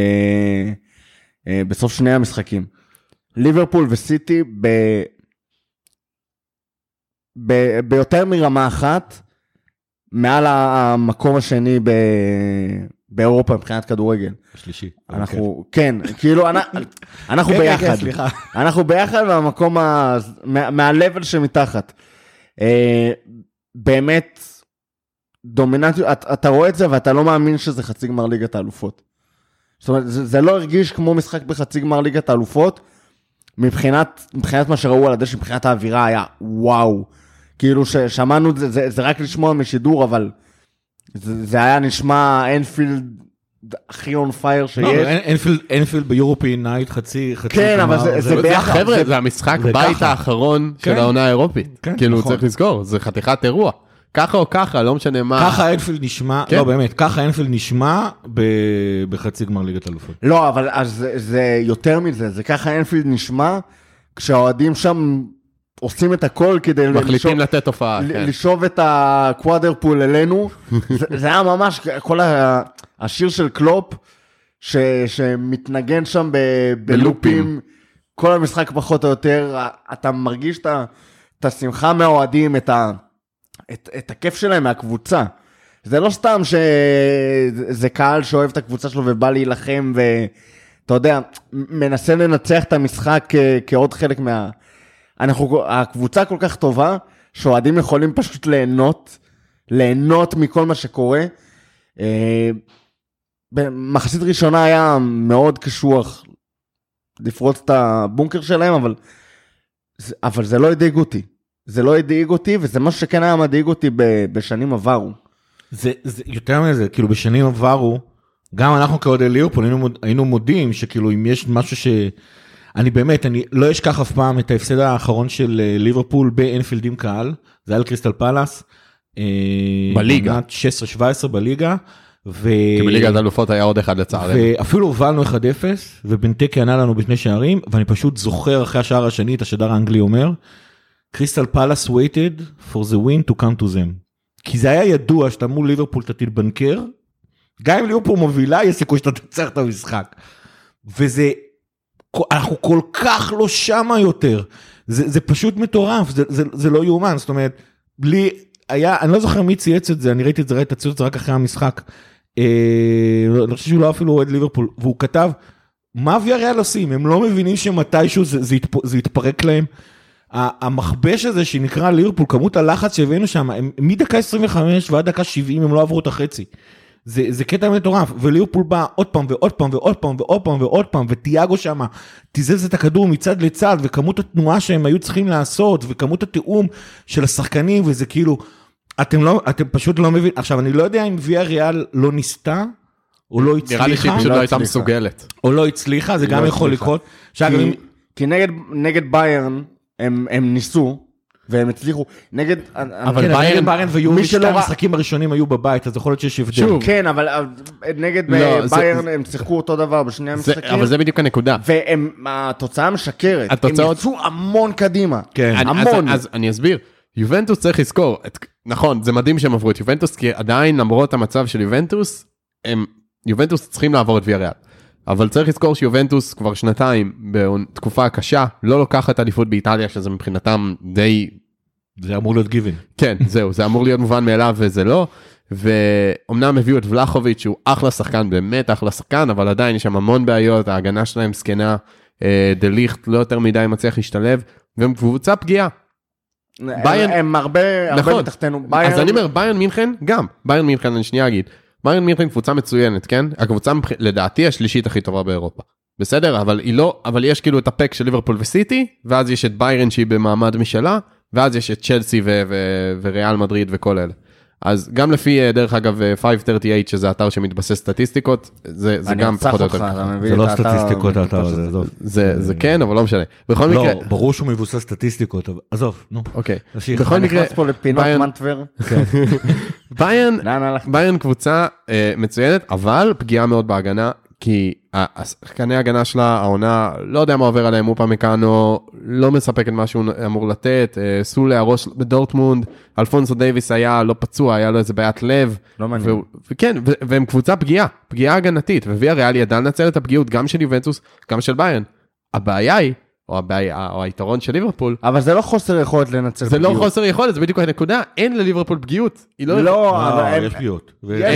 בסוף שני המשחקים. ליברפול וסיטי ב... ב... ביותר מרמה אחת, מעל המקום השני ב... באירופה מבחינת כדורגל. השלישי. אנחנו, כן, כאילו, אנחנו ביחד. אנחנו ביחד והמקום מהלבל שמתחת. באמת, דומיננטיות, אתה רואה את זה ואתה לא מאמין שזה חצי גמר ליגת האלופות. זאת אומרת, זה לא הרגיש כמו משחק בחצי גמר ליגת האלופות, מבחינת, מבחינת מה שראו על הדשא, מבחינת האווירה היה וואו. כאילו ששמענו את זה, זה, זה רק לשמוע משידור, אבל זה, זה היה נשמע אנפילד הכי און פייר שיש. לא, אנפילד, אנפילד ביורופי נייט חצי, חצי. כן, אבל זה, זה, זה ביחד. חבר'ה, זה המשחק בית האחרון של העונה האירופית. כאילו צריך לזכור, זה חתיכת אירוע. ככה או ככה, לא משנה מה. ככה אנפילד נשמע, לא באמת, ככה אנפילד נשמע בחצי גמר ליגת האלופות. לא, אבל אז זה יותר מזה, זה ככה אנפילד נשמע, כשהאוהדים שם עושים את הכל כדי מחליטים לתת הופעה, כן. לשוב את הקוואדרפול אלינו. זה, זה היה ממש כל ה, השיר של קלופ, ש, שמתנגן שם ב, בלופים, כל המשחק פחות או יותר, אתה מרגיש את, את השמחה מהאוהדים, את, ה, את, את הכיף שלהם מהקבוצה. זה לא סתם שזה קהל שאוהב את הקבוצה שלו ובא להילחם, ואתה יודע, מנסה לנצח את המשחק כעוד חלק מה... אנחנו, הקבוצה כל כך טובה, שאוהדים יכולים פשוט ליהנות, ליהנות מכל מה שקורה. במחצית ראשונה היה מאוד קשוח לפרוץ את הבונקר שלהם, אבל, אבל זה לא הדאיג אותי. זה לא הדאיג אותי, וזה משהו שכן היה מדאיג אותי בשנים עברו. זה, זה יותר מזה, כאילו בשנים עברו, גם אנחנו כאוהדי ליברפול היינו, היינו מודים שכאילו אם יש משהו ש... אני באמת, אני לא אשכח אף פעם את ההפסד האחרון של ליברפול באנפילד עם קהל, זה היה לקריסטל פלאס. בליגה. שש עשרה שבע עשרה בליגה. ו... כי בליגת האלופות היה עוד אחד לצערנו. ואפילו הובלנו אחד אפס, ובנטקי ענה לנו בשני שערים, ואני פשוט זוכר אחרי השער השני את השדר האנגלי אומר, קריסטל פלאס waited for the wind to come to them. כי זה היה ידוע שאתה מול ליברפול אתה תתבנקר, גם אם ליברפול מובילה, יש סיכוי שאתה תצטרך את המשחק. וזה, אנחנו כל כך לא שמה יותר. זה, זה פשוט מטורף, זה, זה, זה לא יאומן. זאת אומרת, בלי, היה, אני לא זוכר מי צייץ את זה, אני ראיתי את זה, ראיתי את זה רק אחרי המשחק. אה, אני חושב שהוא לא אפילו אוהד ליברפול, והוא כתב, מה ויאריאל עושים? הם לא מבינים שמתישהו זה, זה, יתפ, זה יתפרק להם. המחבש הזה שנקרא ליברפול, כמות הלחץ שהבאנו שם, מדקה עשרים וחמש ועד דקה שבעים הם לא עברו את החצי. זה, זה קטע מטורף, וליברפול בא עוד פעם ועוד פעם ועוד פעם ועוד פעם ועוד פעם, וטיאגו שם תיזז את הכדור מצד לצד, וכמות התנועה שהם היו צריכים לעשות, וכמות התיאום של השחקנים, וזה כאילו, אתם, לא, אתם פשוט לא מבין, עכשיו אני לא יודע אם ויאריאל לא ניסתה, או לא הצליחה. נראה לי שהיא פשוט לא הייתה מסוגלת. או לא הצליחה, זה גם יכול לקרות. כי נגד ביירן, הם, הם ניסו, והם הצליחו, נגד... אבל כן, ביירן, ביירן ויובי, שתי המשחקים הראשונים היו בבית, אז יכול להיות שיש הבדל. כן, אבל נגד לא, ביירן זה, הם צריכו אותו דבר בשני המשחקים. אבל זה בדיוק הנקודה. והתוצאה משקרת. התוצאות... הם יצאו המון קדימה. כן. המון. אז, אז אני אסביר. יובנטוס צריך לזכור, את, נכון, זה מדהים שהם עברו את יובנטוס, כי עדיין למרות המצב של יובנטוס, הם, יובנטוס צריכים לעבור את ויאריאל. אבל צריך לזכור שיובנטוס כבר שנתיים בתקופה קשה, לא לוקחת אליפות באיטליה, שזה מבחינתם די... זה אמור להיות גיוון. כן, זהו, זה אמור להיות מובן מאליו וזה לא, ואומנם הביאו את ולחוביץ' שהוא אחלה שחקן, באמת אחלה שחקן, אבל עדיין יש שם המון בעיות, ההגנה שלהם סקנה, דליכט לא יותר מדי מצליח להשתלב, והם קבוצה פגיעה. ביירן... הם הרבה, נכון. הרבה מתחתנו. אז אני אומר, ביירן מינכן, גם, ביירן מינכן, אני שנייה אגיד, ביירן מינכן קבוצה מצוינת, כן? הקבוצה לדעתי השלישית הכי טובה באירופה. בסדר? אבל היא לא, אבל יש כאילו את הפק של ליברפול וסיטי, ואז יש את ביירן שהיא במעמד משלה, ואז יש את צ'לסי ו- ו- וריאל מדריד וכל אלה. אז גם לפי, דרך אגב, חמש שלושים ושמונה, שזה אתר שמתבסס סטטיסטיקות, זה, זה גם פחות או יותר. זה לא סטטיסטיקות האתר הזה, עזוב. זה, זה כן, אבל לא משנה. בכל מקרה... לא, ברור שהוא מבוסס סטטיסטיקות, אבל עזוב, נו. אוקיי. בכל מקרה... נכנס פה לפינות מנטבר. ביירן, ביירן קבוצה מצוינת, אבל פגיעה מאוד בהגנה, כי השחקני ההגנה שלה, העונה, לא יודע מה עובר עליהם, אופה מקאנו, לא מספק את מה שהוא אמור לתת, סולה הראש בדורטמונד, אלפונסו דייביס היה לא פצוע, היה לו איזה בעיית לב. לא מעניין. וכן, והם קבוצה פגיעה, פגיעה הגנתית, וויאריאל ידע לנצל את הפגיעות גם של יובנטוס, גם של ביירן. הבעיה היא, או הבעיה, או היתרון של ליברפול. אבל זה לא חוסר יכולת לנצל פגיעות. זה לא חוסר יכולת, זה בדיוק הנקודה, אין לליברפול פגיעות. לא, אבל יש פגיעות.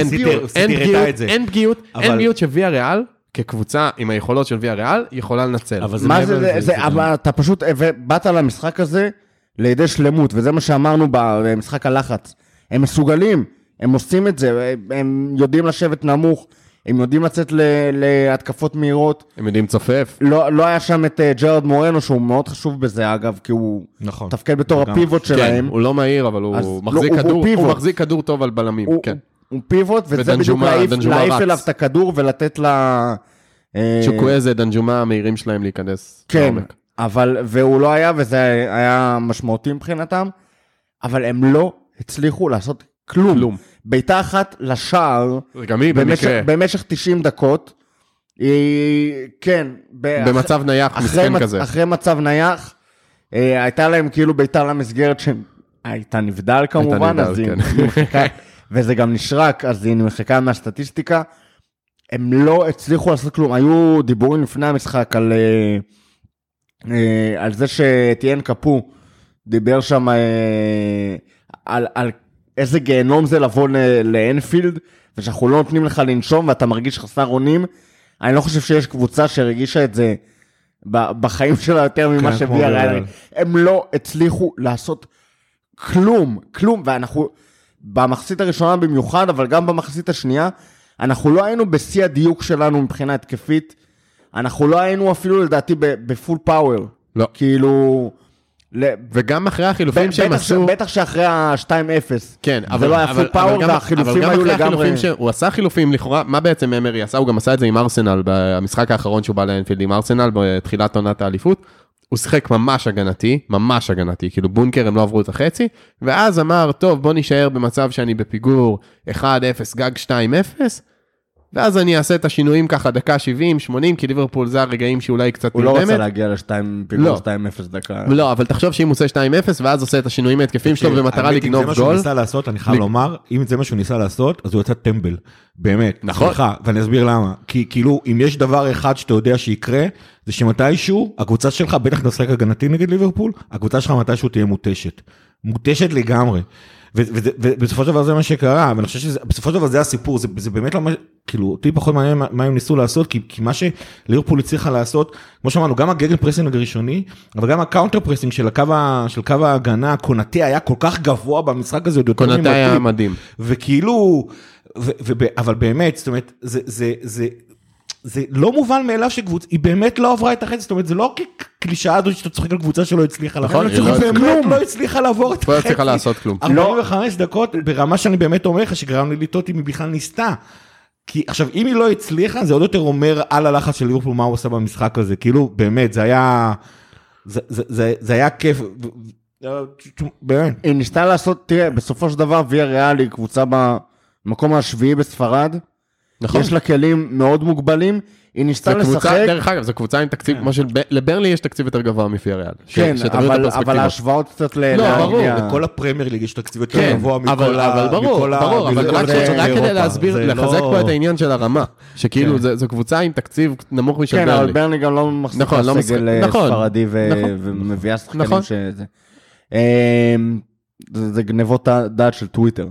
אין פגיעות, אין פגיעות שוויאריאל, כקבוצה עם היכולות של ויאריאל, יכולה לנצל. מה זה, זה, אבל אתה פשוט באת למשחק הזה לידי שלמות, וזה מה שאמרנו במשחק הלחץ. הם מסוגלים, הם עושים את זה, הם יודעים לשבת נמוך, הם יודעים לצאת להתקפות מהירות. הם יודעים צופף. לא, לא היה שם את ג'רד מורנו, שהוא מאוד חשוב בזה, אגב, כי הוא נכון. תפקד בתור הפיבוט שלהם. כן, הוא לא מהיר, אבל הוא מחזיק לא, כדור, הוא, הוא מחזיק כדור טוב על בלמים, הוא, כן. הוא פיבוט, וזה בדיוק להעיף אליו את הכדור ולתת לה... צ'וקוויזה, דנג'ומה, המהירים שלהם להיכנס. כן, אבל, והוא לא היה, וזה היה משמעותי מבחינתם, אבל הם לא הצליחו לעשות כלום. כלום. ביתה אחת לשער, גם היא במקרה. במשך תשעים דקות, היא, כן. במצב נייח, מסכן כזה. אחרי מצב נייח, הייתה להם כאילו ביתה למסגרת שהייתה נבדל כמובן, אז היא מחכה, וזה גם נשרק, אז היא מחכה מהסטטיסטיקה, הם לא הצליחו לעשות כלום, היו דיבורים לפני המשחק על, על זה שטיין קפו, דיבר שם על, על איזה גיהנום זה לבוא לאנפילד, ושאנחנו לא נותנים לך לנשום, ואתה מרגיש חסר אונים, אני לא חושב שיש קבוצה שהרגישה את זה בחיים שלה יותר ממה שבי הריאל. הם לא הצליחו לעשות כלום, כלום, ואנחנו במחצית הראשונה במיוחד, אבל גם במחצית השנייה, אנחנו לא היינו בשיא הדיוק שלנו מבחינה התקפית, אנחנו לא היינו אפילו לדעתי בפול פאוור. לא. כאילו... וגם אחרי החילופים שהם עשו... בטח שאחרי ה-שתיים אפס. כן, זה לא היה פול פאוור, והחילופים היו לגמרי... הוא עשה חילופים לכאורה, מה בעצם אמרי עשה? הוא גם עשה את זה עם ארסנל, במשחק האחרון שהוא בא לאנפילד עם ארסנל, בתחילת עונת האליפות, הוא שיחק ממש הגנתי, ממש הגנתי, כאילו בונקר הם לא עברו את החצי, ואז אמר, טוב, בוא נשאר במצב שאני בפיגור אחד אפס, גג שתיים אפס, ואז אני אעשה את השינויים ככה דקה שבעים, שמונים, כי ליברפול זה הרגעים שאולי קצת נרדמת. הוא לא רוצה להגיע לפיגור שתיים אפס דקה. לא, אבל תחשוב שאם הוא עושה שתיים אפס, ואז עושה את השינויים ההתקפים שלו במטרה לגנוב גול. אם זה מה שהוא ניסה לעשות, אני חייב לומר, אם זה מה שהוא ניסה לעשות, אז הוא יצא טמבל. באמת. נכון. ואני אסביר למה. כי כאילו, אם יש דבר אחד שאתה יודע שיקרה, זה שמתישהו, הקבוצה שלך, בטח נשחק הגנתי נגד ליברפול, הקבוצה שלך מתישהו תהיה מוטשת. מוטשת לגמרי. ובסופו של דבר זה מה שקרה, ואני חושב שבסופו של דבר זה הסיפור, זה באמת לא, כאילו, אותי פחות מעניין מה הם ניסו לעשות, כי מה שליברפול הצליחה לעשות, כמו שאמרנו, גם הגגל פרסינג הראשוני, אבל גם הקאונטר פרסינג של קו ההגנה, קונטה היה כל כך גבוה במשחק הזה, קונטה היה מדהים. וכאילו, אבל באמת, זאת אומרת, זה, זה, זה לא מובן מאליו שקבוצה, היא באמת לא עברה את החצי, זאת אומרת, זה לא כקלישאה הזו שאתה צוחק על קבוצה שלא הצליחה לעבור, היא באמת לא הצליחה לעבור את החצי. לא הצליחה לעשות כלום. ארבעים וחמש דקות, ברמה שאני באמת אומר לך, שגרם לי לטעות אם היא בכלל ניסתה. כי עכשיו, אם היא לא הצליחה, זה עוד יותר אומר על הלחץ של ליברפול, מה הוא עושה במשחק הזה. כאילו, באמת, זה היה, זה היה כיף, באמת. היא ניסתה לעשות, תראה, בסופו של דבר, ויה ריאל היא קבוצה במקום השביעי בספרד, נכון. יש לה כלים מאוד מוגבלים, היא ניסתה לשחק... דרך אגב, זו קבוצה עם תקציב, כמו של... לברלי יש תקציב יותר גבוה מפי הריאל. כן, אבל ההשוואות קצת ל... לא, ברור. לכל הפרמייר ליג יש תקציב יותר גבוה מכל ה... אבל ברור, ברור, אבל רק כדי להסביר, לחזק פה את העניין של הרמה, שכאילו זו קבוצה עם תקציב נמוך משל ברלי. כן, אבל ברלי גם לא מחזיק סגל ספרדי ומביאה שחקנים שזה. זה גנבות דעת של טוויטר.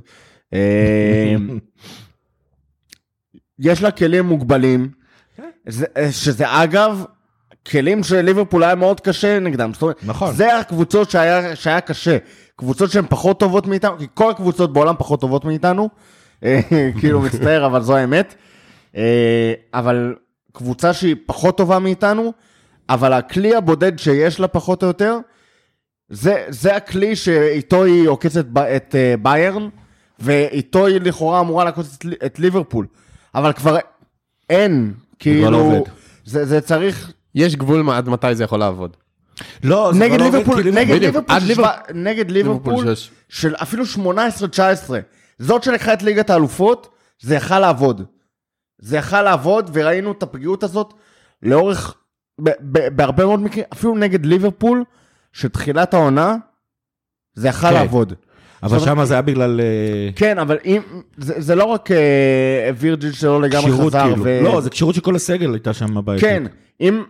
יש לה כלים מוגבלים, שזה אגב, כלים של ליברפול היה מאוד קשה נגדם. נכון. זה הקבוצות שהיה, שהיה קשה. קבוצות שהן פחות טובות מאיתנו, כי כל הקבוצות בעולם פחות טובות מאיתנו, כאילו מצטער, אבל זו האמת. אבל קבוצה שהיא פחות טובה מאיתנו, אבל הכלי הבודד שיש לה פחות או יותר, זה, זה הכלי שאיתו היא עוקצת את ביירן, ואיתו היא לכאורה אמורה לעקוץ את ליברפול. אבל כבר אין, כאילו, זה, זה צריך... יש גבול עד מתי זה יכול לעבוד. לא, זה נגד ליברפול, נגד ליברפול, נגד ליברפול, של אפילו שמונה עשרה תשע עשרה, זאת שלקחה את ליגת האלופות, זה יכל לעבוד. זה יכל לעבוד, וראינו את הפגיעות הזאת לאורך, בהרבה מאוד מקרים, אפילו נגד ליברפול, שתחילת העונה, זה יכל לעבוד. אבל שם זה היה בגלל... כן, אבל זה לא רק וירג'יל שלא לגמרי חזר. לא, זה קשירות שכל הסגל הייתה שם הבית. כן, אם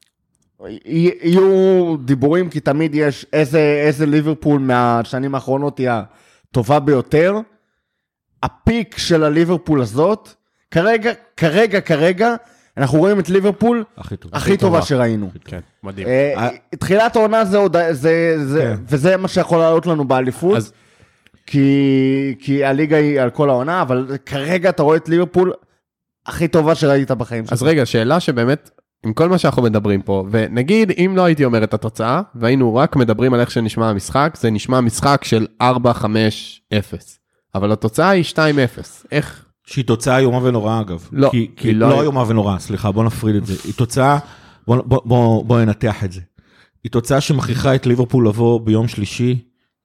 יהיו דיבורים, כי תמיד יש איזה ליברפול מהשנים האחרונות היא הטובה ביותר, הפיק של הליברפול הזאת, כרגע, כרגע, כרגע, אנחנו רואים את ליברפול הכי טובה שראינו. כן, מדהים. תחילת העונה זה, וזה מה שיכול לעלות לנו באליפות. כי, כי הליגה היא על כל העונה, אבל כרגע אתה רואה את ליברפול הכי טובה שראית בחיים שלך. אז רגע, שאלה שבאמת, עם כל מה שאנחנו מדברים פה, ונגיד, אם לא הייתי אומר את התוצאה, והיינו רק מדברים על איך שנשמע המשחק, זה נשמע משחק של ארבע חמש אפס. אבל התוצאה היא שתיים אפס. איך? שהיא תוצאה איומה ונוראה, אגב. לא. כי, כי לא, לא איומה ונוראה, סליחה, בוא נפריד את זה. היא תוצאה, בוא, בוא, בוא, בוא ננתח את זה. היא תוצאה שמכריחה את ליברפול לבוא ביום שלישי,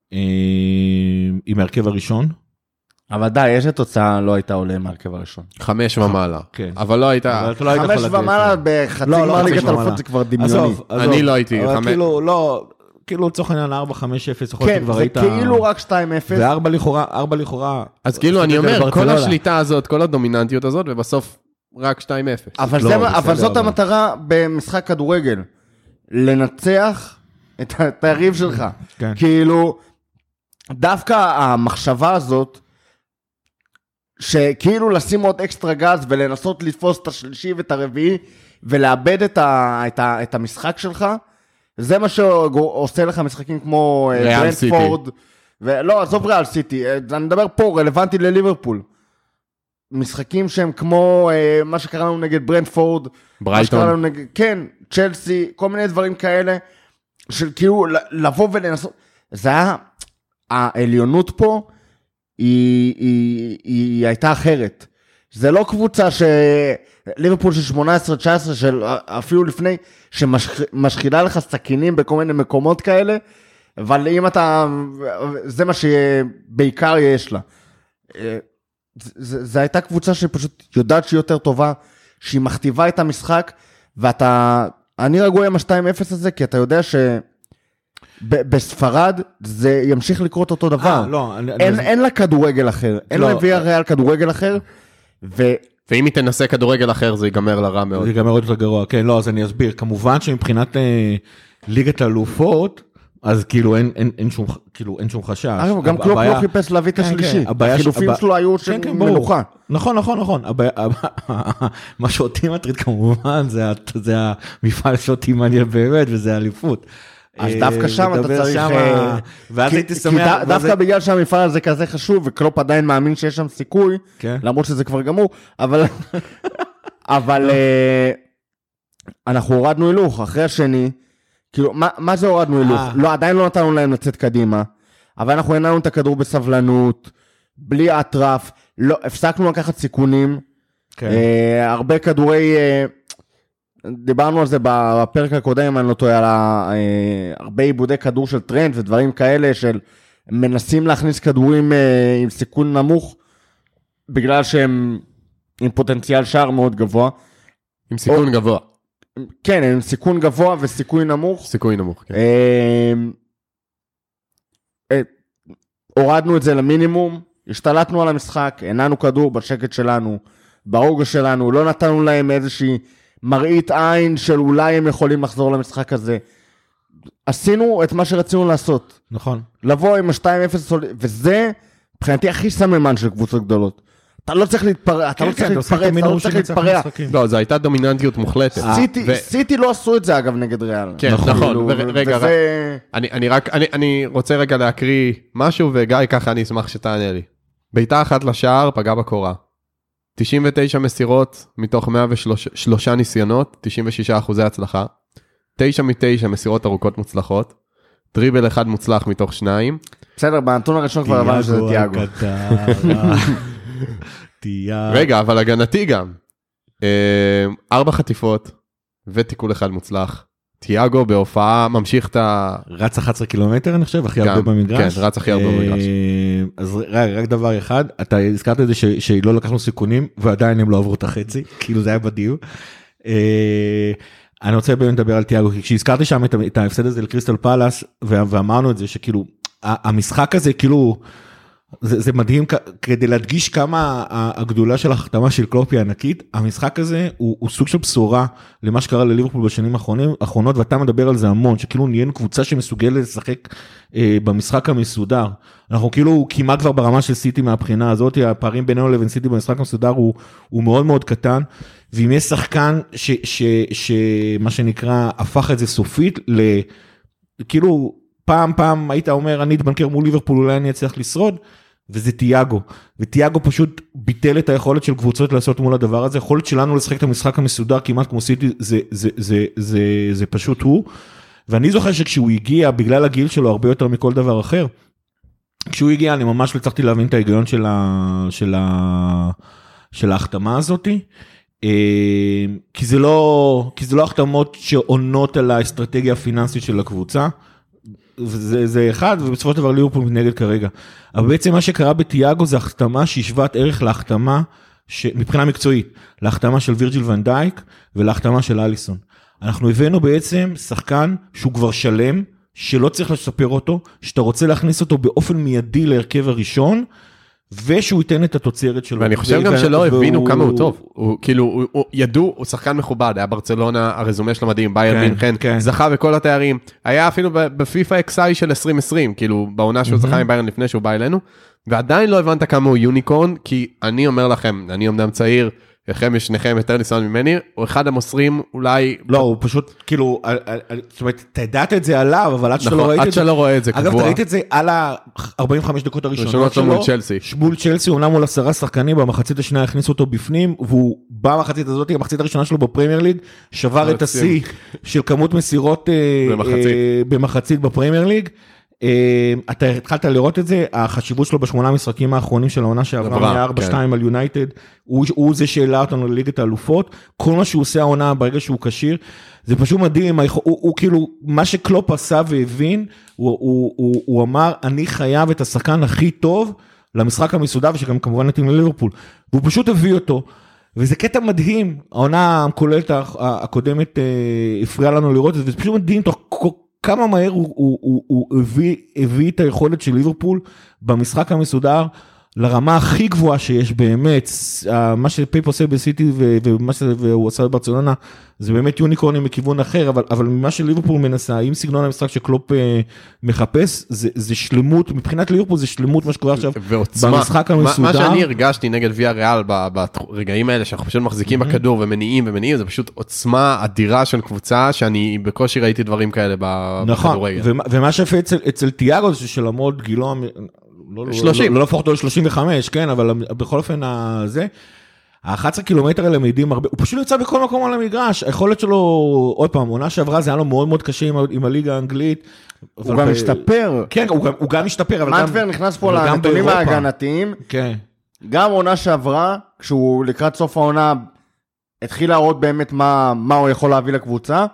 עם הרכב הראשון. אבל די, יש התוצאה לא הייתה עולה עם הרכב הראשון. חמש ומעלה. אבל לא הייתה... חמש ומעלה בחצי גמר ליגת האלופות זה כבר דמיוני. אני לא הייתי. כאילו, לא... כאילו לצורך העניין ארבע חמש אפס, יכול להיות כן, כבר זה היית... כאילו רק שתיים אפס. וארבע לכאורה, ארבע לכאורה... אז כאילו אני אומר, כל השליטה הזאת, כל הדומיננטיות הזאת, ובסוף רק שתיים אפס. אבל, זה, אבל זאת המטרה במשחק כדורגל, לנצח את היריב שלך. כן. כאילו, דווקא המחשבה הזאת, שכאילו לשים עוד אקסטרה גז, ולנסות לתפוס את השלישי ואת הרביעי, ולאבד את, ה, את, ה, את המשחק שלך, זה מה שעושה לך משחקים כמו ברנטפורד, ולא, עזוב ריאל סיטי, אני מדבר פה, רלוונטי לליברפול. משחקים שהם כמו אה, מה שקרה לנו נגד ברנטפורד, ברייטון. נגד, כן, צ'לסי, כל מיני דברים כאלה, של כאילו לבוא ולנסות, זה היה, העליונות פה, היא, היא, היא הייתה אחרת. זה לא קבוצה ש... ליברפול של שמונה עשרה תשע עשרה, של אפילו לפני, שמשחילה לך סכינים בכל מיני מקומות כאלה, אבל אם אתה, זה מה שבעיקר יש לה. זה, זה הייתה קבוצה שפשוט יודעת שהיא יותר טובה, שהיא מכתיבה את המשחק, ואתה, אני רגוע עם ה-שתיים אפס הזה, כי אתה יודע ש... בספרד זה ימשיך לקרות אותו דבר. 아, לא, אני, אין, אני... אין לה כדורגל אחר, אין לא, לה ויה ריאל כדורגל אחר, ו... ואם היא תנסה כדורגל אחר, זה ייגמר לה רע מאוד. זה ייגמר עוד יותר גרוע, כן, לא, אז אני אסביר. כמובן שמבחינת אה, ליגת האלופות, אז כאילו אין, אין, אין, שום, כאילו אין שום חשש. אגב, גם קלופ לא חיפש להביא את השלישי. החילופים שלו היו של מלוכה. נכון, נכון, נכון. מה שאותי מטריד כמובן, זה המפעל שאותי מעניין באמת, וזה האליפות. אז דווקא שם אתה צריך... ואז הייתי שמח... דווקא בגלל שהמפעל הזה כזה חשוב, וקלופ עדיין מאמין שיש שם סיכוי, למרות שזה כבר גמור, אבל... אבל אנחנו הורדנו הילוך, אחרי השני, כאילו, מה זה הורדנו הילוך? לא, עדיין לא נתנו להם לצאת קדימה, אבל אנחנו הנענו את הכדור בסבלנות, בלי אטרף, הפסקנו לקחת סיכונים, הרבה כדורי... דיברנו על זה בפרק הקודם, אני לא טועה, על הרבה עיבודי כדור של טרנד ודברים כאלה, של מנסים להכניס כדורים עם סיכון נמוך, בגלל שהם עם פוטנציאל שער מאוד גבוה. עם סיכון או, גבוה. כן, עם סיכון גבוה וסיכוי נמוך. סיכוי נמוך, כן. הורדנו את זה למינימום, השתלטנו על המשחק, הנענו כדור בשקט שלנו, ברוגע שלנו, לא נתנו להם איזושהי... מראית עין של אולי הם יכולים לחזור למשחק הזה. עשינו את מה שרצינו לעשות. נכון. לבוא עם ה-שתיים אפס, וזה מבחינתי הכי סממן של קבוצות גדולות. אתה לא צריך להתפרע, אתה לא צריך להתפרע, אתה לא צריך להתפרע. לא, זו הייתה דומיננטיות מוחלטת. סיטי לא עשו את זה אגב נגד ריאל. כן, נכון. רגע, אני רוצה רגע להקריא משהו, וגיא ככה אני אשמח שתענה לי. ביתה אחת לשער, פגע בקורה. תשעים ותשע מסירות מתוך מאה ושלוש ניסיונות, תשעים ושישה אחוזי הצלחה, תשע מתשע מסירות ארוכות מוצלחות, דריבל אחד מוצלח מתוך שניים. בסדר, בנתון הראשון כבר הבנו שזה תיאגו. רגע, אבל הגנתי גם. ארבע חטיפות ותיקול אחד מוצלח. תיאגו בהופעה ממשיך את ה... רץ אחת עשרה קילומטר אני חושב, הכי הרבה במגרש. כן, רץ הכי הרבה במגרש. אז רק דבר אחד, אתה הזכרת את זה שלא לקחנו סיכונים, ועדיין הם לא עברו את החצי, כאילו זה היה בדיוק. אני רוצה באמת לדבר על תיאגו, כי כשהזכרתי שם את ההפסד הזה לקריסטל פלאס, ואמרנו את זה שכאילו, המשחק הזה כאילו, זה, זה מדהים, כדי להדגיש כמה הגדולה של החתמה של קלופ היא ענקית, המשחק הזה הוא, הוא סוג של בשורה למה שקרה לליברפול בשנים האחרונות, ואתה מדבר על זה המון, שכאילו נהיינו קבוצה שמסוגלת לשחק אה, במשחק המסודר. אנחנו כאילו כמעט כבר ברמה של סיטי מהבחינה הזאת, הפערים בינינו לבין סיטי במשחק המסודר הוא, הוא מאוד מאוד קטן, ואם יש שחקן ש, ש, ש, מה שנקרא, הפך את זה סופית, כאילו פעם פעם היית אומר, אני אתבנקר מול ליברפול, אולי אני אצליח לשרוד, וזה תיאגו, ותיאגו פשוט ביטל את היכולת של קבוצות לעשות מול הדבר הזה, היכולת שלנו לשחק את המשחק המסודר כמעט כמו סיטי, זה, זה, זה, זה, זה פשוט הוא, ואני זוכר שכשהוא הגיע, בגלל הגיל שלו הרבה יותר מכל דבר אחר, כשהוא הגיע אני ממש לא הצלחתי להבין את ההיגיון של, ה, של, ה, של ההחתמה הזאת, כי זה לא, כי זה לא החתמות שעונות על האסטרטגיה הפיננסית של הקבוצה, זה, זה אחד, ובסופו של דבר ליברפול מתנגד כרגע. אבל בעצם מה שקרה בתיאגו זה החתמה שהשוואת ערך להחתמה, מבחינה מקצועית, להחתמה של וירג'יל ון דייק ולהחתמה של אליסון. אנחנו הבאנו בעצם שחקן שהוא כבר שלם, שלא צריך לשפר אותו, שאתה רוצה להכניס אותו באופן מיידי להרכב הראשון, ושהוא ייתן את התוצרת שלו. ואני חושב גם שלא הבינו כמה הוא טוב. כאילו, ידעו, הוא שחקן מכובד, היה ברצלונה, הרזומה שלו מדהים, בייר מינכן, זכה בכל התארים, היה אפילו בפיפה אקס-איי של עשרים עשרים, כאילו, בעונה שהוא זכה עם ביירן לפני שהוא בא אלינו, ועדיין לא הבנת כמה הוא יוניקורן, כי אני אומר לכם, אני אומנם צעיר, לכם יש שניכם יותר ניסיון ממני, הוא אחד המוסרים אולי... לא, הוא פשוט, כאילו, זאת אומרת, אתה ידעת את זה עליו, אבל עד שאתה לא ראית את זה... עד שלא רואה את זה קבוע. אגב, אתה ראית את זה על ה-ארבעים וחמש דקות הראשונות שלו. מול צ'לסי. מול צ'לסי, אומנם מול עשרה שחקנים, במחצית השנייה הכניסו אותו בפנים, והוא במחצית הזאת, המחצית הראשונה שלו בפרמייר ליג, שבר את השיא של כמות מסירות במחצית בפרמייר ליג. אתה התחלת לראות את זה, החשיבות שלו בשמונה המשחקים האחרונים של העונה שעברה מ-ארבע שתיים על יונייטד, הוא זה שהעלה אותנו לליגת האלופות, כל מה שהוא עושה העונה ברגע שהוא כשיר, זה פשוט מדהים, הוא כאילו, מה שקלופ עשה והבין, הוא אמר, אני חייב את השחקן הכי טוב למשחק המסודר, ושגם כמובן נתאים לליברפול, והוא פשוט הביא אותו, וזה קטע מדהים, העונה הכוללת הקודמת הפריעה לנו לראות את זה, וזה פשוט מדהים, תוך כמה מהר הוא, הוא, הוא, הוא הביא, הביא את היכולת של ליברפול במשחק המסודר לרמה הכי גבוהה שיש באמת, מה שפייפ עושה בסיטי ומה שהוא עשה בברצלונה, זה באמת יוניקורנים מכיוון אחר, אבל, אבל ממה שליברפול מנסה, עם סגנון המשחק שקלופ מחפש, זה, זה שלמות, מבחינת ליברפול זה שלמות מה שקורה עכשיו במשחק המסודר. מה שאני הרגשתי נגד ויה ריאל ברגעים האלה, שאנחנו פשוט מחזיקים בכדור ומניעים ומניעים, זה פשוט עוצמה אדירה של קבוצה, שאני בקושי ראיתי דברים כאלה בכדורגל. נכון, ומה שיפה אצל תיאגו, זה שלמוד גילו, לא להפוך אותו ל-שלושים וחמש, כן, אבל בכל אופן זה, ה-אחד עשר קילומטר האלה מעידים הרבה, הוא פשוט יוצא בכל מקום על המגרש, היכולת שלו, עוד פעם, עונה שעברה, זה היה לו מאוד מאוד קשה עם הליגה האנגלית. הוא גם משתפר. כן, הוא גם משתפר. מנטבר נכנס פה לנתונים ההגנתיים, גם עונה שעברה, כשהוא לקראת סוף העונה, התחיל להראות באמת מה הוא יכול להביא לקבוצה,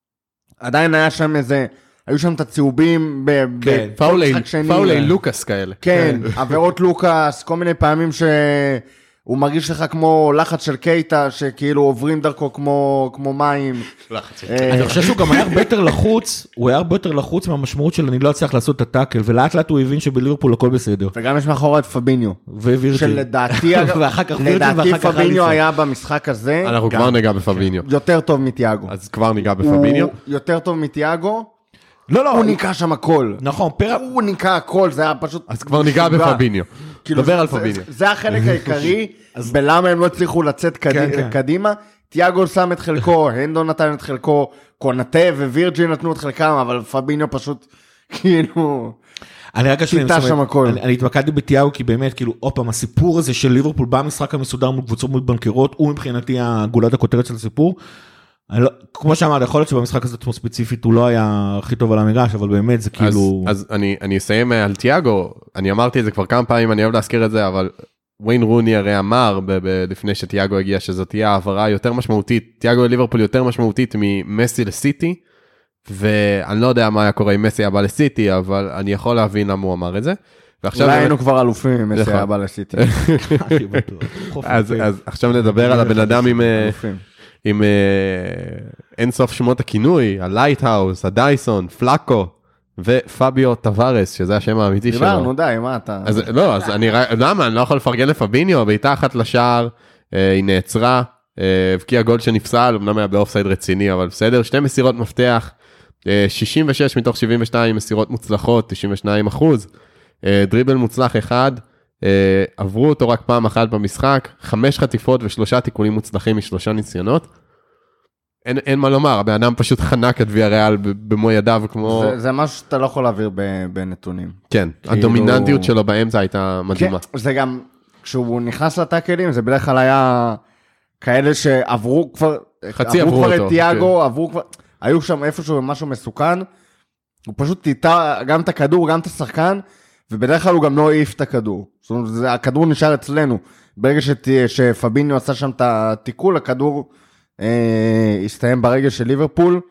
עדיין היה שם איזה, היו שם את הצהובים במשחק שני. פאולי לוקאס כאלה. כן, עבירות לוקאס, כל מיני פעמים שהוא מרגיש לך כמו לחץ של קייטה, שכאילו עוברים דרכו כמו מים. אני חושב שהוא גם היה הרבה יותר לחוץ, הוא היה הרבה יותר לחוץ מהמשמעות של אני לא אצליח לעשות את הטאקל, ולאט לאט הוא הבין שבליברפול הכל בסדר. וגם יש מאחורה את פביניו. ווירג'יל. שלדעתי, ואחר כך וירג'יל לדעתי פביניו היה במשחק הזה. אנחנו כבר ניגע בפביניו. יותר טוב מתיאגו. אז כבר ניגע בפביניו. הוא יותר טוב מתיאגו. לא, לא. הוא ניקה שם הכל. נכון, פרע. הוא ניקה הכל, זה היה פשוט... אז כבר ניגע בפביניו. דבר על פביניו. זה החלק העיקרי, בלמה הם לא הצליחו לצאת קדימה. תיאגו שם את חלקו, הנדו נתן את חלקו, קונטה ווירג'י נתנו את חלקם, אבל פביניו פשוט, כאילו... אני רק שיטה שם הכל. אני התמקדתי בתיאגו, כי באמת, כאילו, אופם, הסיפור הזה של ליברפול, במשחק המסודר מול קבוצות מול בנקרות, הוא מבחינתי הגולת הכותרת של הסיפור. לא, כמו שאמרת, יכול להיות שבמשחק הזה עצמו ספציפית הוא לא היה הכי טוב על המגרש, אבל באמת זה כאילו... אז, אז אני, אני אסיים על תיאגו, אני אמרתי את זה כבר כמה פעמים, אני אוהב להזכיר את זה, אבל וויין רוני הרי אמר ב- ב- לפני שתיאגו הגיע, שזאת תהיה העברה יותר משמעותית, תיאגו לליברפול יותר משמעותית ממסי לסיטי, ואני לא יודע מה היה קורה אם מסי הבא לסיטי, אבל אני יכול להבין למה הוא אמר את זה. אולי היינו כבר אלופים אם מסי הבא לסיטי. אז, אז עכשיו נדבר על הבן אדם עם... עם אין סוף שמות הכינוי, הלייטהאוס, הדייסון, פלאקו, ופביו טווארס, שזה השם האמיתי שלו. דיברנו, די, מה אתה... אז לא, אז אני, למה, אני לא יכול לפרגן לפביניו, בעיטה אחת לשער, היא נעצרה, הבקיע גול שנפסל, אמנם היה באופסייד רציני, אבל בסדר, שתי מסירות מפתח, שישים ושש מתוך שבעים ושתיים מסירות מוצלחות, תשעים ושניים אחוז, דריבל מוצלח אחד, עברו אותו רק פעם אחת במשחק, חמש חטיפות ושלושה תיקולים מוצלחים משלושה ניסיונות. אין, אין מה לומר, הבן אדם פשוט חנק את ויה ריאל במו ידיו כמו... זה, זה משהו שאתה לא יכול להעביר בנתונים. כן, כאילו... הדומיננטיות שלו באמצע הייתה מדהימה. כן, זה גם, כשהוא נכנס לטאקלים, זה בדרך כלל היה כאלה שעברו כבר... חצי עברו עברו כבר אותו. את תיאגו, כן. עברו כבר... היו שם איפשהו משהו מסוכן, הוא פשוט טיטה גם את הכדור, גם את השחקן, ובדרך כלל הוא גם לא העיף את הכדור. זאת אומרת, זה, הכדור נשאר אצלנו. ברגע שת, שפביניו עשה שם את התיקול, הכדור אה, הסתיים ברגע של ליברפול.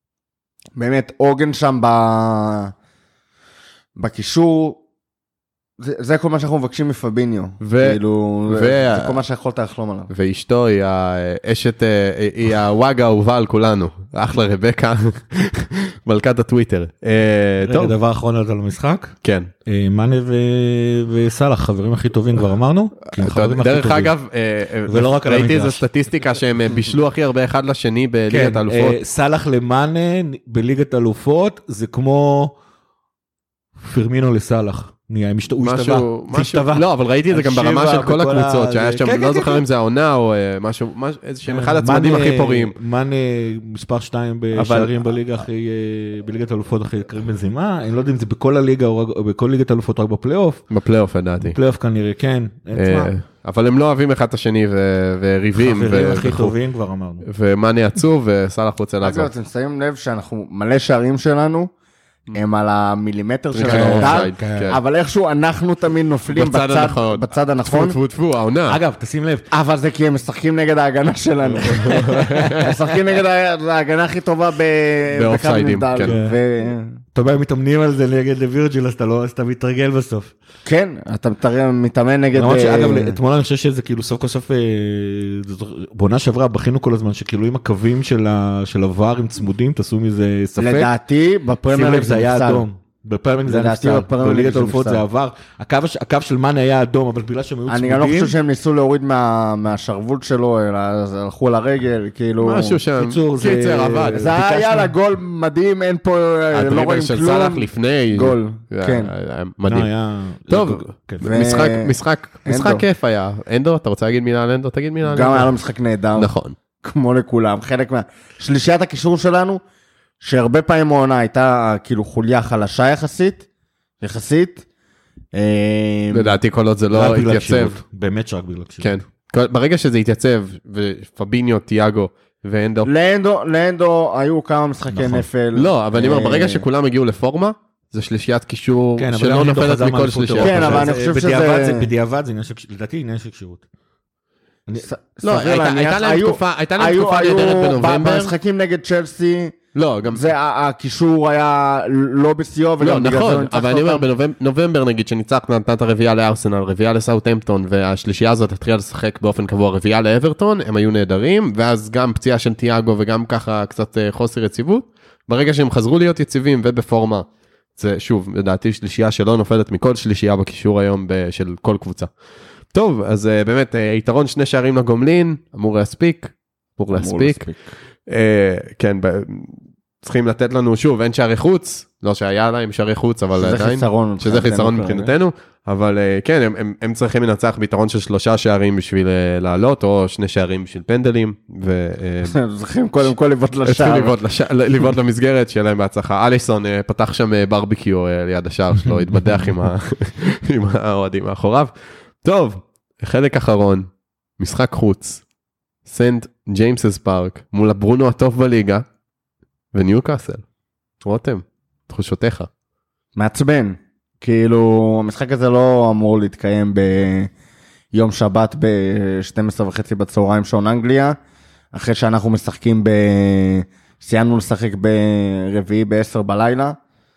באמת, אוגן שם ב, בקישור, זה, זה כל מה שאנחנו מבקשים מפביניו. ו- כאילו, ו- זה כל מה שיכולת לחלום עליו. ואשתו היא האשת, היא הוואגה האהובה על כולנו. אחלה רבקה, מלכת הטוויטר. אה, רגע, טוב, דבר אחרון על המשחק. כן. אה, מאנה ו- וסלאח, חברים הכי טובים כבר אמרנו. כי הם חברים הכי דרך טובים. אגב, אה, ולא רק על ראיתי איזו המגרש. סטטיסטיקה שהם אה, בישלו הכי הרבה אחד לשני בליגת כן, האלופות. אה, סלאח למאנה בליגת אלופות זה כמו פרמינו לסלאח. נהיה, הוא השתווה, משהו, זה משהו, השתווה. לא, אבל ראיתי את זה גם שבע ברמה של כל בכל הקבוצות, ה- שהיה זה- שם, כן, לא כן, זוכר כן. אם זה העונה או אה, משהו, משהו- איזה שהם אחד הצמדים מאנה- הכי פוריים. מאנה מספר שתיים בשערים בליגה אחרי, אה, בליגת אלופות אחרי קרים בנזימה, אני לא יודע אם זה בכל הליגה או רק- בכל ליגת אלופות רק בפלייאוף, בפלייאוף לדעתי. בפלייאוף כנראה כן, אין, אה, תשמע, אבל הם לא אוהבים אחד את השני ו- וריבים. חברים ו- הכי וכו'. טובים כבר אמרנו. ומאני עצוב וסלאח רוצה לעזור. אגב, אתם שמים לב שאנחנו, מלא שערים שלנו, הם על המילימטר של כן, הנדל, אופסייד, כן. אבל איכשהו אנחנו תמיד נופלים בצד בצד- הנכון. בצד טפו הנכון, טפו טפו, העונה. אגב, תשים לב, אבל זה כי הם משחקים נגד ההגנה שלנו. הם משחקים נגד ההגנה הכי טובה ב- באופסיידים, בקו נבדל. כן. ו- אתה יודע, מתאמנים על זה נגד לווירג'יל, אז אתה לא, אז אתה מתרגל בסוף. כן, אתה מתאר- מתאמן נגד... למרות אה, שאגב, אתמול אני חושב שזה כאילו סוף כל סוף, אה, בעונה שעברה בכינו כל הזמן, שכאילו עם הקווים של ה- של הוואר עם צמודים, תעשו מזה ספק. לדעתי, שים בפרמייר לב, ליג זה היה נפסל. אדום. בפרמייר זה היה לדעתי נפסל, בפרמייר ליג בליגת זה אלופות נפסל. זה עבר. הקו הש- הקו של מאנה היה אדום, אבל בגלל שהם היו אני גם לא צמודים, חושב שהם ניסו להוריד מה- מהשרוול שלו, אלא אז הלכו לרגל, כאילו... משהו שם. קיצור, זה- קיצר, עבד. זה היה ביקשנו- יאללה גול מדהים, אין פה, לא הדריבל רואים של כלום. סלאח לפני. גול, היה- כן. היה לא, מדהים. היה- טוב, כן. ו- משחק, משחק, משחק אנדו. כיף היה. אנדו, אתה רוצה להגיד מילה על אנדו? תגיד מילה על גם היה אנדו. לו משחק נהדר, נכון. כמו לכולם. חלק מה... שלישיית הקישור שלנו, שהרבה פעמים העונה הייתה כאילו חוליה חלשה יחסית, יחסית. אה, לדעתי כל עוד זה רק לא בגלל התייצב. כשירות. באמת שרק בגלל כשירות. כן. כל- ברגע שזה התייצב, ופביניו, תיאגו ואנדו. לאנדו, לאנדו היו כמה משחקי נכון. נפל. לא, אבל אני אומר, אה, ברגע שכולם הגיעו לפורמה, זה שלישיית קישור כן, אבל שלא גם אנדו נופלת חזר מכל מאליפות שלישייה. אירופה. כן, אבל זה- אני חושב בדיעבד שזה- זה- בדיעבד זה עניין של, לדעתי עניין של כשירות. אני- ס- לא, סביר הייתה- להניח, הייתה להם היו- תקופה- הייתה להם היו- תקופה היו נהדרת בנובמבר. במשחקים נגד צ'לסי, לא, גם... זה ה- הקישור היה לא בשיאו, לא, וגם בגלל זה נכון, לא ניצחת אבל אני אומר, אותם. בנובמבר נגיד שניצחת, נתנת רביעייה לארסנל, רביעייה לסאוטהמפטון, והשלישייה הזאת התחילה לשחק באופן קבוע, רביעייה לאברטון, הם היו נהדרים, ואז גם פציעה של תיאגו וגם ככה קצת אה, חוסר יציבות, ברגע שהם חזרו להיות יציבים ובפורמה, זה שוב, לדעתי שלישייה שלא נופלת מכל שלישייה בקישור היום ב- של כל קבוצה. טוב, אז אה, באמת, אה, יתרון שני שערים לגומלין, אמור להספיק, אמור להספיק. אה, כן, ב- צריכים לתת לנו, שוב, אין שערי חוץ, לא שהיה להם שערי חוץ, אבל שזה עדיין, חיסרון שזה מבחינתנו חיסרון כרגע. מבחינתנו, אבל אה, כן, הם, הם, הם צריכים לנצח ביתרון של שלושה שערים בשביל אה, לעלות, או שני שערים בשביל פנדלים, ו... אה, צריכים קודם כל לבעוט צריכים לשער. לבעוט לש- לבעוט למסגרת, שיהיה להם בהצלחה. אליסון אה, פתח שם אה, ברביקיו אה, ליד השער שלו, התבדח עם ה- עם האוהדים מאחוריו. טוב, חלק אחרון, משחק חוץ, סנט ג'יימסס פארק, מול הברונו הטוב בליגה, וניוקאסל. רותם, תחושותיך. מעצבן. כאילו, המשחק הזה לא אמור להתקיים ביום שבת ב-שתים עשרה וחצי בצהריים שעון אנגליה, אחרי שאנחנו משחקים ב... סיימנו לשחק ברביעי ב-עשר בלילה,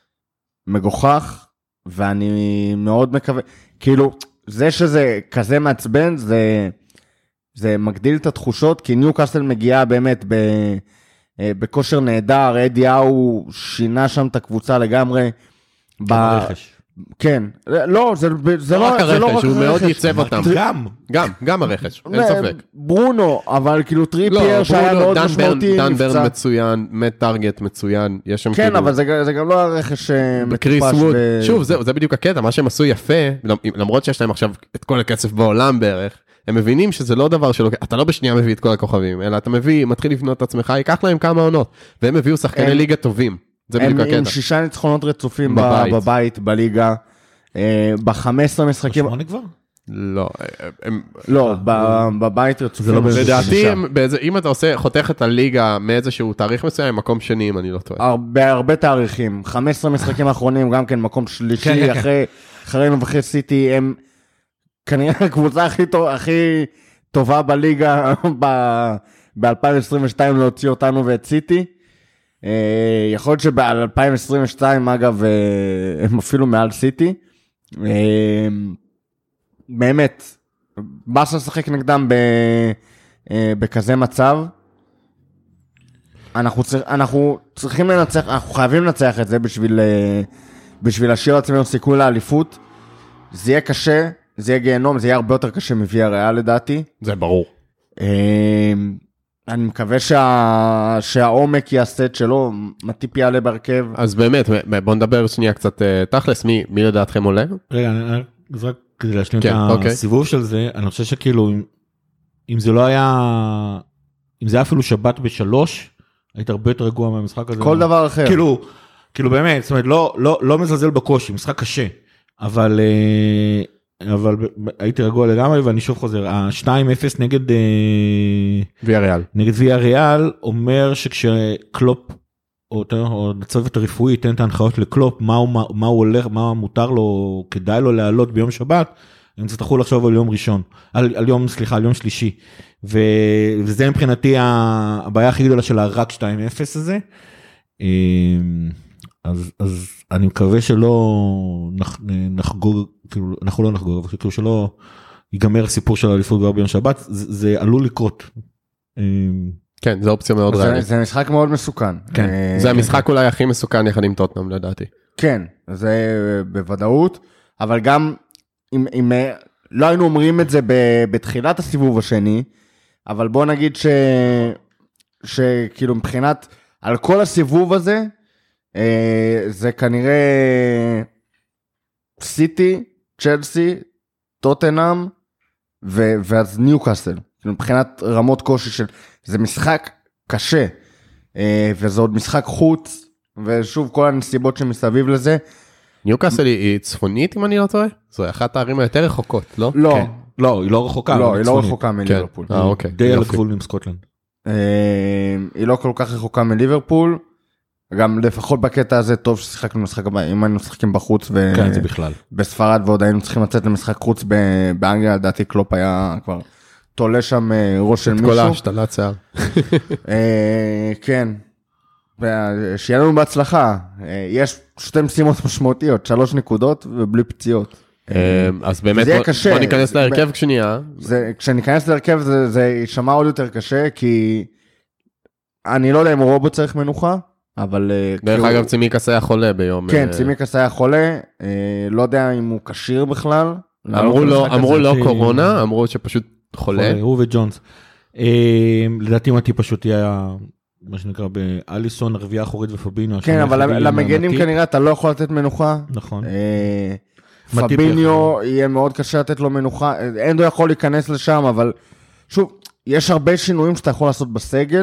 מגוחך, ואני מאוד מקווה, כאילו, זה שזה כזה מעצבן, זה, זה מגדיל את התחושות, כי ניוקאסל מגיעה באמת ב... בכושר נהדר, אדי האו שינה שם את הקבוצה לגמרי. ב... הרכש. כן, לא, זה, זה לא לא, רק זה לא הרכש, רק הוא מאוד הרכש. ייצב אותם. גם. גם, גם הרכש, אין ספק. ברונו, אבל כאילו טריפייר לא, שהיה ברונו, מאוד דן משמעותי, ברן- דן ברן נפצע. מצוין, מת טארגט מצוין, יש שם כן, כאילו... אבל זה, זה גם לא הרכש בקריס מטופש. ווד, ו... שוב, זהו, זה בדיוק הקטע, מה שהם עשו יפה, למרות שיש להם עכשיו את כל הכסף בעולם בערך, הם מבינים שזה לא דבר שלוקח, אתה לא בשנייה מביא את כל הכוכבים, אלא אתה מביא, מתחיל לבנות את עצמך, ייקח להם כמה עונות, והם הביאו שחקני הם- ליגה טובים, זה הם בדיוק עם הקטע. שישה ניצחונות רצופים בבית. בבית, בבית בליגה, אה, ב-חמש עשרה משחקים, שמונה כבר? לא, הם, לא, ב- בבית רצופים. זה לא באיזה לדעתי, שישה. הם באיזה- אם אתה עושה, חותך את הליגה מאיזשהו תאריך מסוים, מקום שני, אם אני לא טועה. הרבה, הרבה תאריכים, חמש עשרה משחקים האחרונים, גם כן מקום כן, שלישי, כן. אחרי, אחרינו וחרי סיטי, הם כנראה הקבוצה הכי, טוב, הכי טובה בליגה ב-אלפיים עשרים ושתיים להוציא אותנו ואת סיטי. אה, יכול להיות שב-אלפיים עשרים ושתיים, אגב, אה, הם אפילו מעל סיטי, באמת, באסה לשחק נגדם בכזה מצב, אנחנו, צר, אנחנו צריכים לנצח, אנחנו חייבים לנצח את זה בשביל, בשביל להשאיר לעצמנו סיכוי לאליפות. זה יהיה קשה, זה יהיה גיהנום, זה יהיה הרבה יותר קשה מביא הריאל לדעתי. זה ברור. אני מקווה שה, שהעומק יעשה את שלו, מטיפ יעלה בהרכב. אז באמת, בוא נדבר שנייה קצת תכלס, מי, מי לדעתכם עולה? רגע, אז רק כדי להשלים כן, את אוקיי. הסיבוב של זה, אני חושב שכאילו, אם זה לא היה, אם זה היה אפילו שבת בשלוש, היית הרבה יותר רגוע מהמשחק הזה. כל דבר אחר. כאילו, כאילו באמת, זאת אומרת, לא, לא, לא מזלזל בקושי, משחק קשה, אבל, אבל הייתי רגוע לגמרי, ואני שוב חוזר, ה-שתיים אפס נגד, ויה ריאל. נגד ויה ריאל, אומר שכשקלופ, או, או הצוות הרפואי ייתן את ההנחיות לקלופ, מה הוא, מה הוא הולך, מה מותר לו, כדאי לו לעלות ביום שבת, הם צריכו לחשוב על יום ראשון, על, על יום, סליחה, על יום שלישי, ו, וזה מבחינתי הבעיה הכי גדולה של הרק שתיים אפס הזה, אז, אז אני מקווה שלא נח, נחגוג, כאילו, אנחנו לא נחגוג, אבל כאילו שלא ייגמר הסיפור של האליפות כבר ביום שבת, זה, זה עלול לקרות. כן, זו אופציה מאוד ריאלית. זה משחק מאוד מסוכן. כן. זה המשחק אולי הכי מסוכן יחד עם טוטנהאם לדעתי. כן, זה בוודאות, אבל גם אם, אם לא היינו אומרים את זה בתחילת הסיבוב השני, אבל בוא נגיד ש, שכאילו מבחינת, על כל הסיבוב הזה, זה כנראה סיטי, צ'לסי, טוטנהאם, ואז ניוקאסל. מבחינת רמות קושי של, זה משחק קשה, וזה עוד משחק חוץ, ושוב כל הנסיבות שמסביב לזה. ניוקאסל היא צפונית אם אני לא טועה? זו אחת הערים היותר רחוקות, לא? לא. כן. לא, היא לא רחוקה. לא, היא לא רחוקה מליברפול. אה, אוקיי. די על הגבול עם סקוטלנד. היא לא כל כך רחוקה מליברפול, גם לפחות בקטע הזה טוב ששיחקנו משחק הבא, אם היינו משחקים בחוץ כן, זה בכלל. בספרד, ועוד היינו צריכים לצאת למשחק חוץ באנגליה, לדעתי קלופ היה כבר תולה שם ראש של מישהו. את כל ההשתלת שיער. כן, שיהיה לנו בהצלחה, יש שתי משימות משמעותיות, שלוש נקודות ובלי פציעות. אז באמת בוא ניכנס להרכב כשנייה. כשניכנס להרכב זה יישמע עוד יותר קשה, כי אני לא יודע אם רובוט צריך מנוחה, אבל... דרך אגב צימיקס היה חולה ביום... כן, צימיקס היה חולה, לא יודע אם הוא קשיר בכלל. אמרו לא קורונה, אמרו שפשוט חולה. הוא וג'ונס. לדעתי מתי פשוט יהיה... מה שנקרא באליסון, הרביעה אחורית ופביניו. כן, אבל למגנים כנראה אתה לא יכול לתת מנוחה. נכון. פביניו יהיה מאוד קשה לתת לו מנוחה, אנדו יכול להיכנס לשם, אבל שוב, יש הרבה שינויים שאתה יכול לעשות בסגל.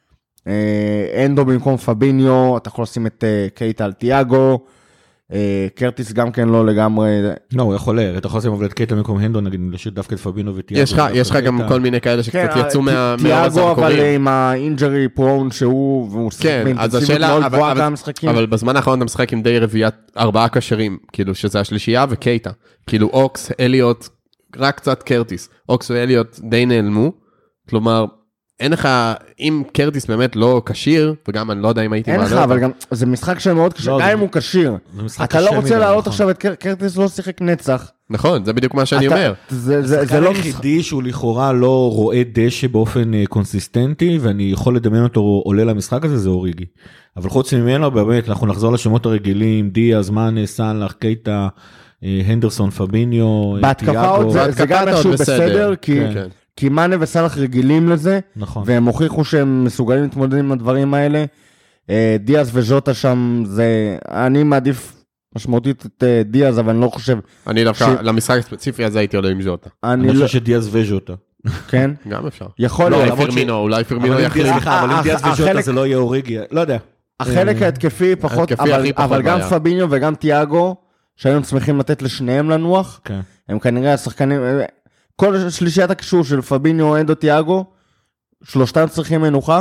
אנדו במקום פביניו, אתה יכול לשים את קייטה על תיאגו, קרטיס גם כן לא לגמרי. לא, הוא יכול להר, אתה יכול לשים אבל את קייטה במקום הנדו, נגיד, לשאיר דווקא את פביניו ותיאגו. יש לך גם כל מיני כאלה שקצת יצאו מהמרז המקורי. תיאגו אבל עם האינג'רי פרון שהוא, והוא שחק באינטנסיביות מאוד גבוהה כמה משחקים. אבל בזמן האחרון אתה משחק עם די רביעיית ארבעה קשרים, כאילו שזה השלישייה וקייטה. כאילו אוקס, אליוט, רק קצת קרטיס. אוקס ואליוט די נעלמו, כלומר, אין לך, אם קרטיס באמת לא קשיר, וגם אני לא יודע אם הייתי מעלה. אין לך, אבל גם, זה משחק שמאוד קשיר, גם אם הוא קשיר. אתה לא רוצה להעלות עכשיו את קרטיס, לא שיחק נצח. נכון, זה בדיוק מה שאני אומר. זה לא היחידי שהוא לכאורה לא רואה דשא באופן קונסיסטנטי, ואני יכול לדמיין אותו עולה למשחק הזה, זה אוריגי. אבל חוץ ממנו, באמת, אנחנו נחזור לשמות הרגילים, דיאז, מאנה, סאלח, קייטה, הנדרסון, פביניו, בהתקפה עוד זה גם איכשהו בסדר, כי... כי מאנה וסלח רגילים לזה, נכון. והם הוכיחו שהם מסוגלים להתמודד עם הדברים האלה. דיאז וז'וטה שם, זה, אני מעדיף משמעותית את דיאז, אבל אני לא חושב... אני דווקא, ש... למשחק הספציפי הזה הייתי עולה עם ז'וטה. אני חושב שדיאז וז'וטה. כן? גם אפשר. יכול להיות. לא, פירמינו, אולי פירמינו יחליט. אבל אם דיאז וז'וטה זה לא יהיה אוריגי, לא יודע. החלק ההתקפי פחות, אבל גם פביניו וגם תיאגו, שהיום שמחים לתת לשניהם לנוח, הם כנראה השחקנים... כל שלישיית הקשור של פביניו, אנדו, תיאגו, שלושתם צריכים מנוחה,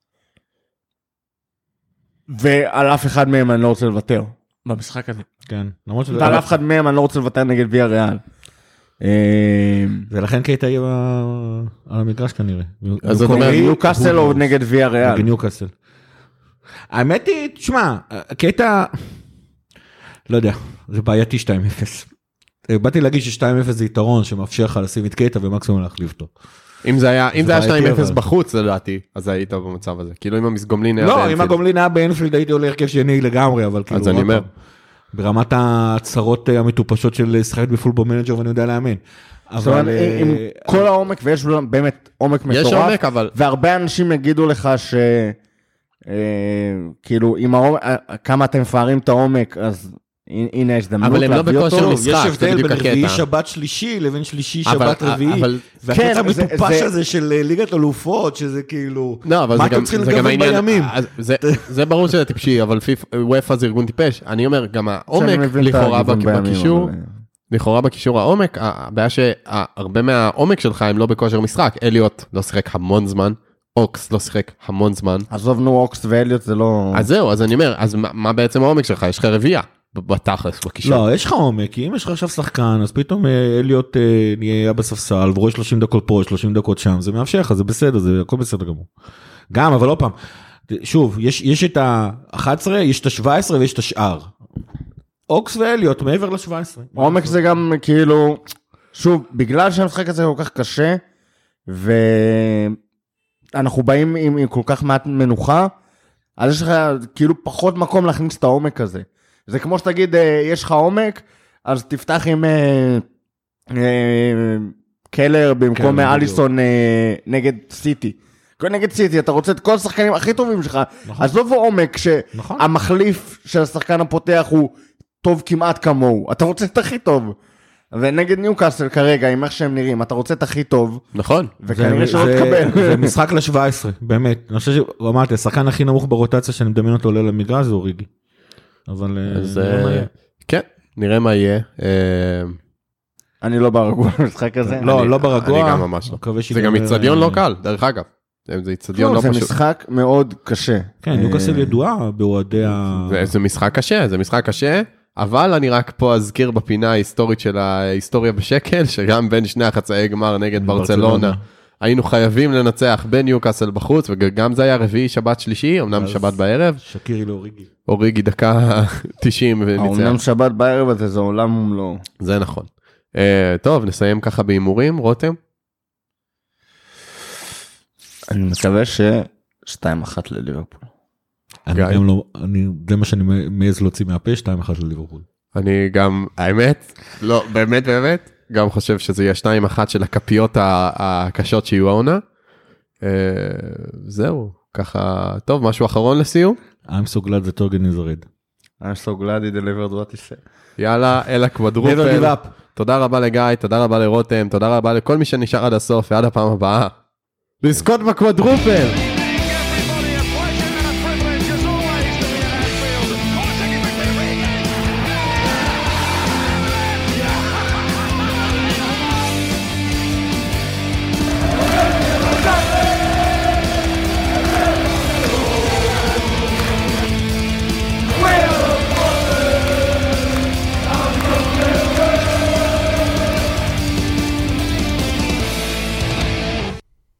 ועל אף אחד מהם אני לא רוצה לוותר במשחק הזה. כן. ועל אף אחד מהם אני לא רוצה לוותר נגד ויה ריאל. ולכן קייטה יהיה על המגרש כנראה. אז זאת אומרת, ניוקאסל או נגד ויה ריאל? נגד ניוקאסל. האמת היא, תשמע, קייטה, לא יודע, זה בעייתי שתיים אפס. באתי להגיד ש-שתיים אפס זה יתרון שמאפשר לך לשים את קייטה ומקסימום להחליף אותו. אם זה היה, אם זה היה שתיים אפס אבל. בחוץ, לדעתי, אז היית במצב הזה. כאילו אם המסגומלין היה לא, באנפילד. אם הגומלין היה באנפילד הייתי עולה הרכב שני לגמרי, אבל כאילו... אז אני אומר. ברמת הצרות המטופשות של שחקת בפולבול מנג'ר ואני יודע לאמן. אבל... עם כל העומק, ויש באמת עומק מטורף. יש עומק, אבל... והרבה אנשים יגידו לך ש... כאילו, כמה אתם מפארים את העומק, אז... הנה הזדמנות אבל הם לא בכושר משחק, יש הבדל בין רביעי שבת שלישי לבין שלישי שבת רביעי, והקטע המטופש הזה של ליגת אלופות, שזה כאילו, מה אתם צריכים לגבי בימים? זה ברור שזה טיפשי, אבל וופא זה ארגון טיפש, אני אומר, גם העומק לכאורה בקישור, לכאורה בקישור העומק, הבעיה שהרבה מהעומק שלך הם לא בכושר משחק, אליוט לא שיחק המון זמן, אוקס לא שיחק המון זמן. עזובנו אוקס ואליוט זה לא... אז זהו, אז אני אומר, אז מה בעצם העומק שלך? יש לך רביעייה. בתכלס, בקישור. לא, יש לך עומק, כי אם יש לך עכשיו שחקן, אז פתאום אליוט נהיה בספסל, ורואה שלושים דקות פה, שלושים דקות שם, זה מאפשר לך, זה בסדר, זה הכל בסדר גמור. גם, אבל לא פעם, שוב, יש, יש את ה-אחת עשרה, יש את ה-שבע עשרה ויש את השאר. אוקס ואליוט, מעבר ל-שבע עשרה. עומק זה גם כאילו, שוב, בגלל שהמשחק הזה כל כך קשה, ואנחנו באים עם, עם כל כך מעט מנוחה, אז יש לך כאילו פחות מקום להכניס את העומק הזה. זה כמו שתגיד, יש לך עומק, אז תפתח עם קלר במקום אליסון נגד סיטי. נגד סיטי, אתה רוצה את כל השחקנים הכי טובים שלך, אז לא עומק שהמחליף של השחקן הפותח הוא טוב כמעט כמוהו, אתה רוצה את הכי טוב. ונגד ניוקאסל כרגע, עם איך שהם נראים, אתה רוצה את הכי טוב. נכון. וכנראה שלא תקבל. זה משחק ל-שבע עשרה, באמת. אני חושב שאמרתי, השחקן הכי נמוך ברוטציה שאני מדמיין אותו עולה למגרש, זה אוריגי. אבל כן, נראה מה יהיה. אני לא ברגוע במשחק הזה. לא, לא ברגוע. אני גם ממש לא. זה גם אצטדיון לא קל, דרך אגב. זה אצטדיון לא פשוט. זה משחק מאוד קשה. כן, ניוקאסל ידועה באוהדי ה... זה משחק קשה, זה משחק קשה, אבל אני רק פה אזכיר בפינה ההיסטורית של ההיסטוריה בשקל, שגם בין שני החצאי גמר נגד ברצלונה, היינו חייבים לנצח בין ניוקאסל בחוץ, וגם זה היה רביעי, שבת שלישי, אמנם שבת בערב. שקירי לאוריגי. אוריגי דקה תשעים וניצח. אמנם שבת בערב הזה, זה עולם ומלואו. זה נכון. טוב, נסיים ככה בהימורים, רותם. אני מקווה ש-שתיים אחת לליברפול. אני לא, אני, זה מה שאני מעז להוציא מהפה, שתיים אחת לליברפול. אני גם, האמת, לא, באמת, באמת, גם חושב שזה יהיה שתיים אחת של הכפיות הקשות שיהיו העונה. זהו, ככה, טוב, משהו אחרון לסיום? I'm so glad that Torgen is red. I'm so glad he delivered what he said. יאללה, אלה קוואדרופל. תודה רבה לגיא, תודה רבה לרותם, תודה רבה לכל מי שנשאר עד הסוף, ועד הפעם הבאה. לזכות בקוואדרופל!